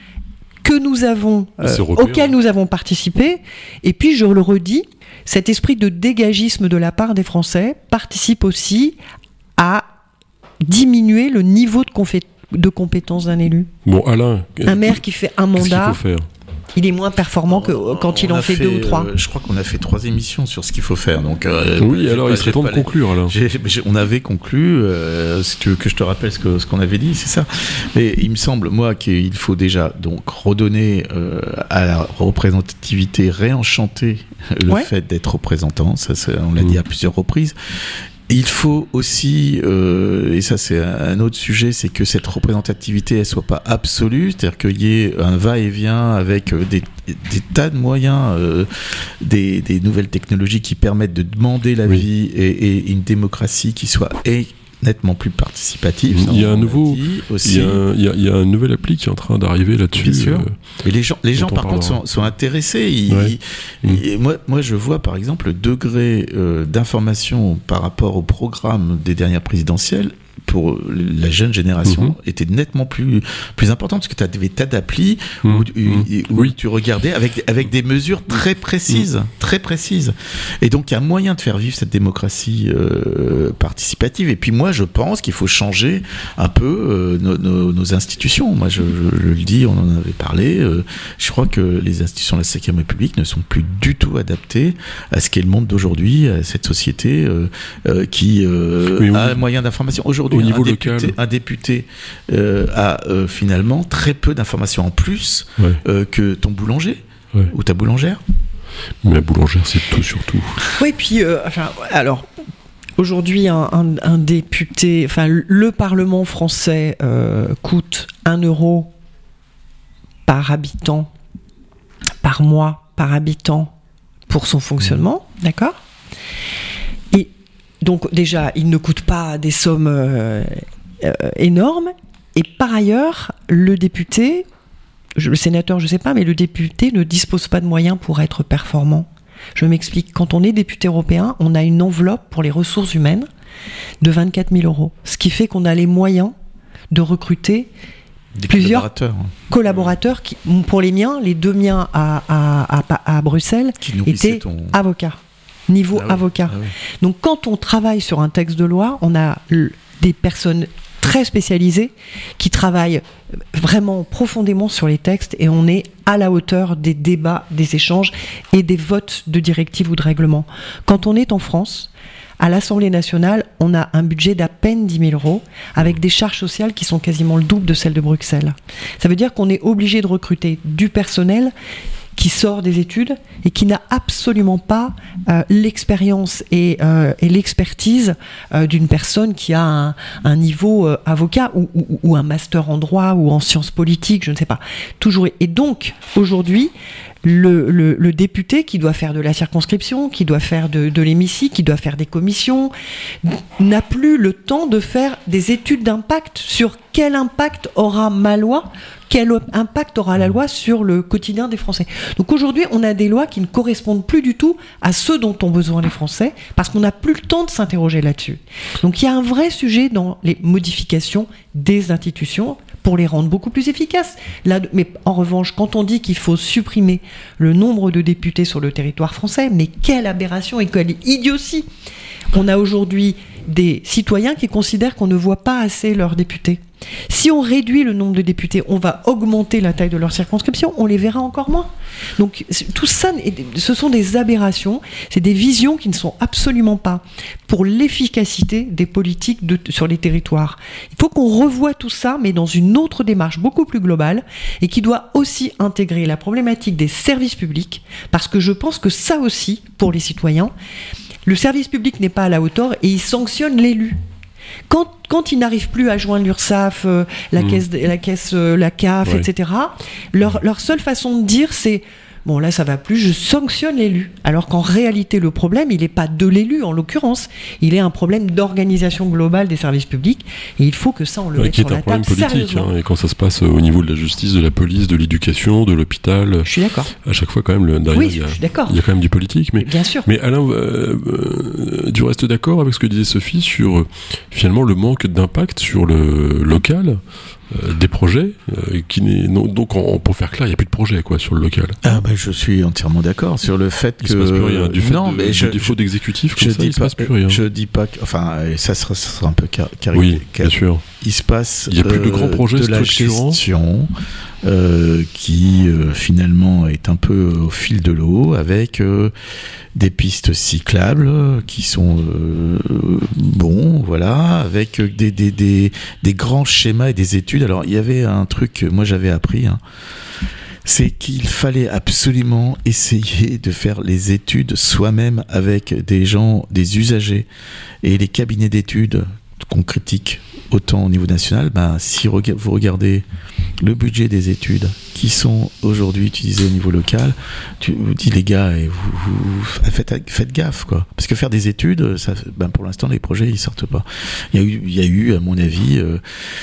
que nous avons, Mais c'est euh, européen, auquel hein. nous avons participé. Et puis, je le redis, cet esprit de dégagisme de la part des Français participe aussi à diminuer le niveau de, confé- de compétence d'un élu. Bon, Alain, Un maire qui fait un qu'est-ce qu'il mandat, faut faire? il est moins performant que quand il On en a fait, deux ou trois. euh, je crois qu'on a fait trois émissions sur ce qu'il faut faire. Donc, euh, Oui, j'ai alors pas- il serait j'ai temps de pas les- conclure, Alain. J'ai- j'ai- on avait conclu, euh, si tu veux que je te rappelle ce que- ce qu'on avait dit, c'est ça. Mais il me semble, moi, qu'il faut déjà donc redonner euh, à la représentativité, réenchanter le Ouais. fait d'être représentant. Ça, ça, on l'a Mmh. dit à plusieurs reprises. Il faut aussi, euh, et ça c'est un autre sujet, c'est que cette représentativité elle soit pas absolue, c'est-à-dire qu'il y ait un va-et-vient avec euh, des, des tas de moyens, euh, des, des nouvelles technologies qui permettent de demander l'avis Oui. et, et une démocratie qui soit et nettement plus participatif. Il y a un nouveau, aussi. Il y a, un, il y a, il y a un nouvel appli qui est en train d'arriver là-dessus. Bien sûr. Euh, Et les gens, les gens par contre, sont, sont intéressés. Ils, ouais. ils, mmh. ils, moi, moi, je vois par exemple le degré euh, d'information par rapport au programme des dernières présidentielles pour la jeune génération mmh. était nettement plus plus important parce que tu avais des tas d'applis mmh. où, mmh. où oui. tu regardais avec avec des mesures très précises, mmh. très précises. Et donc il y a moyen de faire vivre cette démocratie euh, participative. Et puis moi je pense qu'il faut changer un peu euh, nos, nos, nos institutions. Moi je, je, je le dis, on en avait parlé. Euh, je crois que les institutions de la cinquième République ne sont plus du tout adaptées à ce qu'est le monde d'aujourd'hui, à cette société euh, euh, qui euh, oui, oui. a moyen d'information aujourd'hui. Au niveau un député, local. un député euh, a euh, finalement très peu d'informations en plus ouais. euh, que ton boulanger ouais. ou ta boulangère. Mais la boulangère, c'est tout surtout. Oui, puis, euh, enfin, alors, aujourd'hui, un, un, un député, enfin, le Parlement français euh, coûte un euro par habitant, par mois, par habitant, pour son fonctionnement, mmh. d'accord ? Donc déjà, il ne coûte pas des sommes euh, euh, énormes. Et par ailleurs, le député, le sénateur, je ne sais pas, mais le député ne dispose pas de moyens pour être performant. Je m'explique. Quand on est député européen, on a une enveloppe pour les ressources humaines de vingt-quatre mille euros. Ce qui fait qu'on a les moyens de recruter des plusieurs collaborateurs. collaborateurs qui, pour les miens, les deux miens à, à, à, à Bruxelles, étaient ton... avocats. Niveau ah oui, avocat. Ah oui. Donc quand on travaille sur un texte de loi, on a des personnes très spécialisées qui travaillent vraiment profondément sur les textes et on est à la hauteur des débats, des échanges et des votes de directives ou de règlements. Quand on est en France, à l'Assemblée nationale, on a un budget d'à peine dix mille euros avec des charges sociales qui sont quasiment le double de celles de Bruxelles. Ça veut dire qu'on est obligé de recruter du personnel qui sort des études et qui n'a absolument pas euh, l'expérience et, euh, et l'expertise euh, d'une personne qui a un, un niveau euh, avocat ou, ou, ou un master en droit ou en sciences politiques, je ne sais pas. Toujours. Et donc, aujourd'hui, le, le, le député qui doit faire de la circonscription, qui doit faire de, de l'hémicycle, qui doit faire des commissions, n'a plus le temps de faire des études d'impact sur quel impact aura ma loi, quel impact aura la loi sur le quotidien des Français. Donc aujourd'hui, on a des lois qui ne correspondent plus du tout à ceux dont ont besoin les Français, parce qu'on n'a plus le temps de s'interroger là-dessus. Donc il y a un vrai sujet dans les modifications des institutions pour les rendre beaucoup plus efficaces. Là, mais en revanche, quand on dit qu'il faut supprimer le nombre de députés sur le territoire français, mais quelle aberration et quelle idiotie! On a aujourd'hui des citoyens qui considèrent qu'on ne voit pas assez leurs députés. Si on réduit le nombre de députés, on va augmenter la taille de leur circonscription, on les verra encore moins. Donc tout ça, ce sont des aberrations, c'est des visions qui ne sont absolument pas pour l'efficacité des politiques de, sur les territoires. Il faut qu'on revoie tout ça, mais dans une autre démarche beaucoup plus globale, et qui doit aussi intégrer la problématique des services publics, parce que je pense que ça aussi, pour les citoyens, le service public n'est pas à la hauteur et il sanctionne l'élu. Quand, quand ils n'arrivent plus à joindre l'URSSAF, euh, la, mmh. caisse, la caisse, euh, la C A F, ouais. et cetera, leur, leur seule façon de dire, c'est bon, là, ça va plus, je sanctionne l'élu. Alors qu'en réalité, le problème, il n'est pas de l'élu, en l'occurrence. Il est un problème d'organisation globale des services publics. Et il faut que ça, on le ouais, mette sur la table sérieusement. Qui est un problème politique. Hein, et quand ça se passe au niveau de la justice, de la police, de l'éducation, de l'hôpital... Je suis d'accord. À chaque fois, quand même, le, derrière, oui, il, y a, je suis d'accord. il y a quand même du politique. Mais, bien sûr. Mais Alain, euh, euh, tu restes d'accord avec ce que disait Sophie sur, finalement, le manque d'impact sur le local Euh, des projets euh, qui n'est non, donc on, pour faire clair, il n'y a plus de projet quoi sur le local. Ah bah je suis entièrement d'accord sur le fait il que se passe plus rien du fait non, de, mais je, du défaut je, d'exécutif comme je ça, dis il pas, se passe plus rien. Je dis pas que, enfin ça sera, ça sera un peu car, car, oui, car, bien sûr. Il se passe il y a plus de grands projets de la gestion euh, qui euh, finalement est un peu au fil de l'eau avec euh, des pistes cyclables qui sont euh, bons, voilà, avec des, des, des, des grands schémas et des études. Alors, il y avait un truc que moi j'avais appris, hein, c'est qu'il fallait absolument essayer de faire les études soi-même avec des gens, des usagers et les cabinets d'études qu'on critique autant au niveau national. Ben, si vous regardez le budget des études qui sont aujourd'hui utilisés au niveau local, tu vous dis les gars, et vous, vous, vous faites, faites gaffe quoi, parce que faire des études, ça, ben pour l'instant les projets ils sortent pas. Il y a eu, il y a eu à mon avis euh,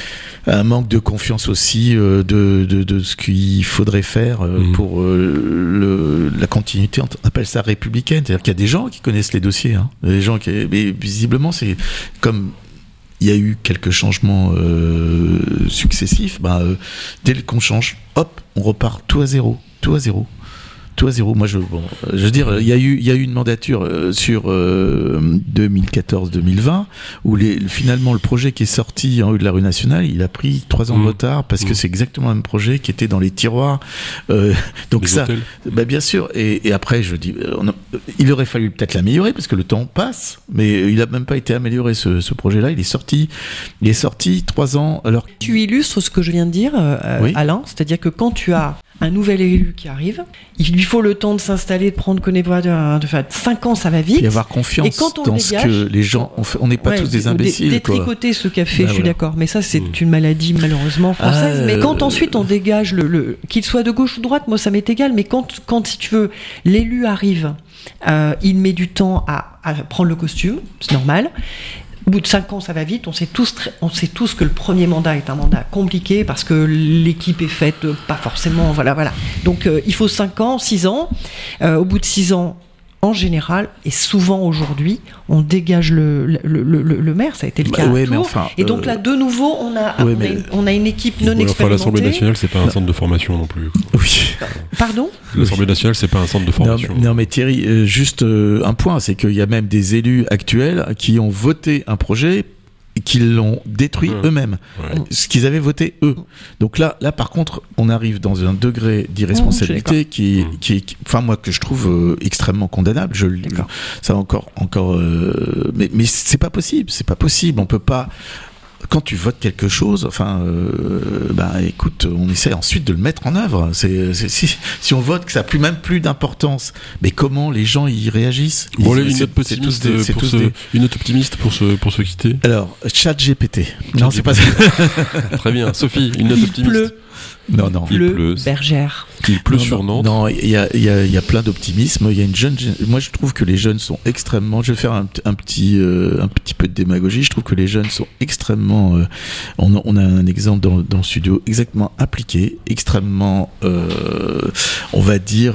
un manque de confiance aussi euh, de, de, de ce qu'il faudrait faire euh, mmh. pour euh, le, la continuité, on appelle ça républicaine, c'est-à-dire qu'il y a des gens qui connaissent les dossiers, hein, des gens qui, mais visiblement c'est comme il y a eu quelques changements euh, successifs, bah, euh, dès qu'on change, hop, on repart tout à zéro, tout à zéro. Tout à zéro. Moi, je, bon, je veux dire, il y a eu, il y a eu une mandature euh, sur euh, deux mille quatorze deux mille vingt où les, finalement le projet qui est sorti en haut de la rue nationale, il a pris trois ans mmh. de retard parce mmh. que c'est exactement le même projet qui était dans les tiroirs. Euh, donc les ça, bah, bien sûr. Et, et après, je dis, on a, il aurait fallu peut-être l'améliorer parce que le temps passe, mais il a même pas été amélioré ce, ce projet-là. Il est sorti, il est sorti trois ans. Alors tu illustres ce que je viens de dire, euh, oui. Alain, c'est-à-dire que quand tu as un nouvel élu qui arrive, il lui faut le temps de s'installer, de prendre connaissance, de, de faire cinq ans, ça va vite. Et avoir confiance et quand on dans dégage, ce que les gens, on n'est pas ouais, tous des imbéciles. Détricoter ce qu'a fait, bah, je suis voilà. d'accord, mais ça c'est mmh. une maladie malheureusement française. Ah, mais quand euh... ensuite on dégage, le, le, qu'il soit de gauche ou de droite, moi ça m'est égal, mais quand, quand si tu veux, l'élu arrive, euh, il met du temps à, à prendre le costume, c'est normal. Au bout de cinq ans, ça va vite. On sait tous, on sait tous que le premier mandat est un mandat compliqué parce que l'équipe est faite pas forcément. Voilà, voilà. Donc, euh, il faut cinq ans, six ans. Euh, au bout de six ans, en général, et souvent aujourd'hui, on dégage le, le, le, le, le maire. Ça a été le cas. Bah, ouais, à Tours. Enfin, et donc là, de nouveau, on a, ouais, on, mais... a une, on a une équipe non ouais, expérimentée. Enfin, l'Assemblée nationale, c'est pas un centre de formation non plus. Oui. Pardon ? L'Assemblée nationale, c'est pas un centre de formation. Non, mais, non, mais Thierry, euh, juste euh, un point, c'est qu'il y a même des élus actuels qui ont voté un projet qu'ils l'ont détruit mmh. eux-mêmes, ouais. ce qu'ils avaient voté eux. Donc là, là par contre, on arrive dans un degré d'irresponsabilité mmh, qui, mmh. qui, qui, enfin moi que je trouve euh, extrêmement condamnable. Je, je ça encore, encore, euh, mais mais c'est pas possible, c'est pas possible. On peut pas. Quand tu votes quelque chose, enfin, euh, bah, écoute, on essaie ensuite de le mettre en œuvre. C'est, c'est, si, si on vote que ça n'a plus, même plus d'importance, mais comment les gens y réagissent? Bon, allez, une note optimiste des, pour se, des... une note optimiste pour se, pour se quitter. Alors, ChatGPT. Chat non, c'est pas ça. Très bien, Sophie, une note Il optimiste. Pleut. Non, non. Il pleut, Bergère. Il pleut non, sur non, Nantes. Non, il y a, il y a, il y a plein d'optimisme. Il y a une jeune, moi je trouve que les jeunes sont extrêmement, je vais faire un, un petit, euh, un petit peu de démagogie. Je trouve que les jeunes sont extrêmement, euh, on, a, on a un exemple dans, dans le studio, exactement appliqué, extrêmement, euh, on va dire,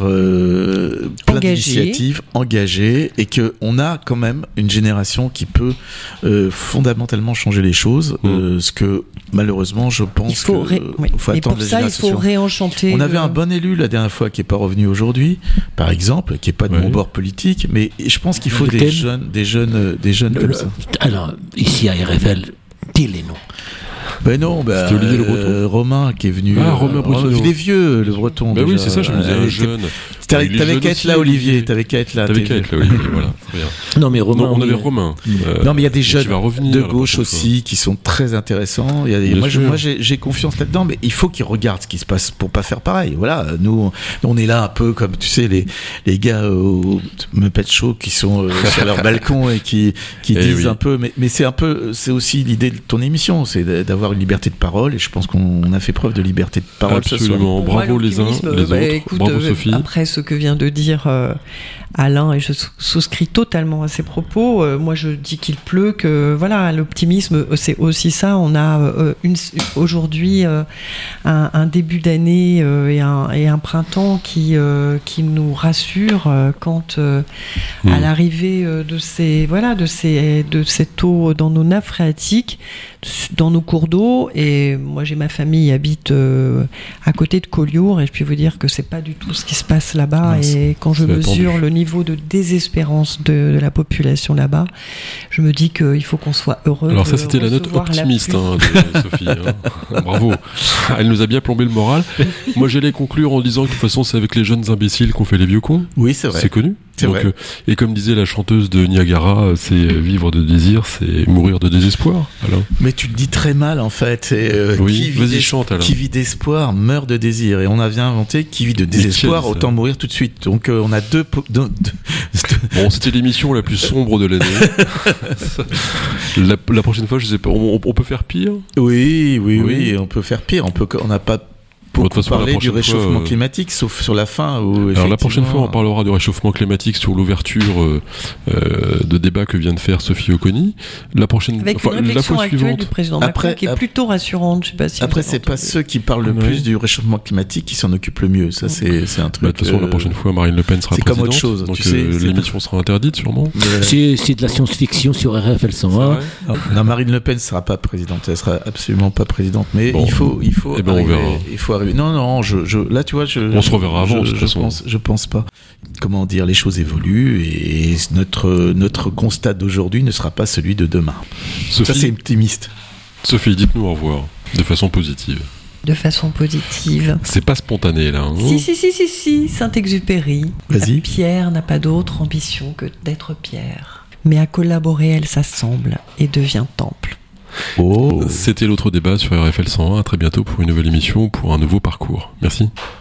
euh, plein engagé. d'initiatives, engagées, et que on a quand même une génération qui peut euh, fondamentalement changer les choses. Mmh. Euh, ce que malheureusement, je pense il faut, que, ré... oui. faut attendre les ça, il faut réenchanter. On avait le... un bon élu la dernière fois qui est pas revenu aujourd'hui, par exemple, qui est pas de ouais. mon bord politique, mais je pense qu'il faut des jeunes, des jeunes, des jeunes le, comme le, ça. Alors ici à R F L, dis les noms. Ben non, ben c'était Olivier Le Breton. Euh, Romain qui est venu. Ah, Romain Breton. Il est vieux, le Breton. Ben déjà. oui, c'est ça, je me disais un jeune. T'avais, t'avais qu'à être là, Olivier. T'avais qu'à être là. T'avais qu'à être là, Olivier. Voilà. Non, mais Romain. Non, on avait Romain. Euh, non, mais il y a des jeunes de gauche aussi qui sont très intéressants. Il y a des, moi, je, moi j'ai, j'ai confiance là-dedans, mais il faut qu'ils regardent ce qui se passe pour pas faire pareil. Voilà, nous, on est là un peu comme, tu sais, les, les gars au Muppet Show qui sont euh, sur leur balcon et qui, qui disent oui. un peu, mais, mais c'est un peu, c'est aussi l'idée de ton émission, c'est d'avoir une liberté de parole, et je pense qu'on a fait preuve de liberté de parole. Absolument. Ce soir. Bravo moi, les uns, les bah, autres. Écoute, Bravo euh, Sophie. Après ce que vient de dire euh, Alain, et je souscris totalement à ses propos, euh, moi je dis qu'il pleut, que voilà, l'optimisme c'est aussi ça. On a euh, une, aujourd'hui euh, un, un début d'année euh, et, un, et un printemps qui, euh, qui nous rassure euh, quant euh, mmh. à l'arrivée euh, de ces voilà de ces de cette eau dans nos nappes phréatiques, dans nos cours d'eau. Et moi j'ai ma famille habite euh, à côté de Collioure, et je puis vous dire que c'est pas du tout ce qui se passe là-bas. Ah, et quand je mesure attendu. le niveau de désespérance de, de la population là-bas, je me dis qu'il faut qu'on soit heureux. Alors ça c'était la note optimiste la hein, de Sophie. Hein. Bravo. Elle nous a bien plombé le moral. Moi j'allais conclure en disant que de toute façon c'est avec les jeunes imbéciles qu'on fait les vieux cons. Oui, c'est vrai. C'est connu. C'est Donc, vrai. Euh, et comme disait la chanteuse de Niagara, c'est vivre de désir, c'est mourir de désespoir. Alors. Mais tu le dis très mal en fait. Et, euh, oui, qui, vas-y, vit chante, qui vit d'espoir meurt de désir. Et on a bien inventé qui vit de désespoir, Michel, autant mourir tout de suite. Donc euh, on a deux, po- deux, deux, deux... Bon, c'était l'émission la plus sombre de l'année. la, la prochaine fois, je sais pas, on, on peut faire pire. Oui, oui, oui, oui, on peut faire pire. On peut, on n'a pas beaucoup de toute façon, la parlé du prochaine réchauffement fois, euh, climatique, sauf sur la fin. Où, Alors la prochaine fois, on effectivement, parlera du réchauffement climatique sur l'ouverture euh, euh, de débat que vient de faire Sophie Oconi. La prochaine, Avec enfin, une la réflexion fois actuelle suivante. du président Après- Macron qui est ap- plutôt rassurante. Je sais pas si Après, vous avez c'est pas entendu. ceux qui parlent le Ouais. plus du réchauffement climatique qui s'en occupent le mieux. Ça, c'est c'est un truc. Bah, de toute façon, la euh, prochaine fois, Marine Le Pen sera c'est comme présidente. autre chose, donc tu sais, euh, c'est l'émission sera interdite, sûrement. mais- C'est c'est de la science-fiction sur R F L cent un. Non, non, Marine Le Pen ne sera pas présidente, elle sera absolument pas présidente. Mais Bon. il faut, il faut, Eh ben, on arriver, verra. il faut arriver. Non, non, je, je, là, tu vois, je. On se reverra avant, je, de toute je façon. pense, je pense pas. Comment dire, les choses évoluent et notre notre constat d'aujourd'hui ne sera pas celui de demain. Ça, c'est Sophie, optimiste. Sophie, dites-nous au revoir de façon positive. De façon positive. C'est pas spontané là. Hein. Si, si, si, si, si, Saint-Exupéry. Vas-y. La pierre n'a pas d'autre ambition que d'être pierre. Mais à collaborer, elle s'assemble et devient temple. Oh. C'était l'autre débat sur R F L cent un. À très bientôt pour une nouvelle émission, pour un nouveau parcours. Merci.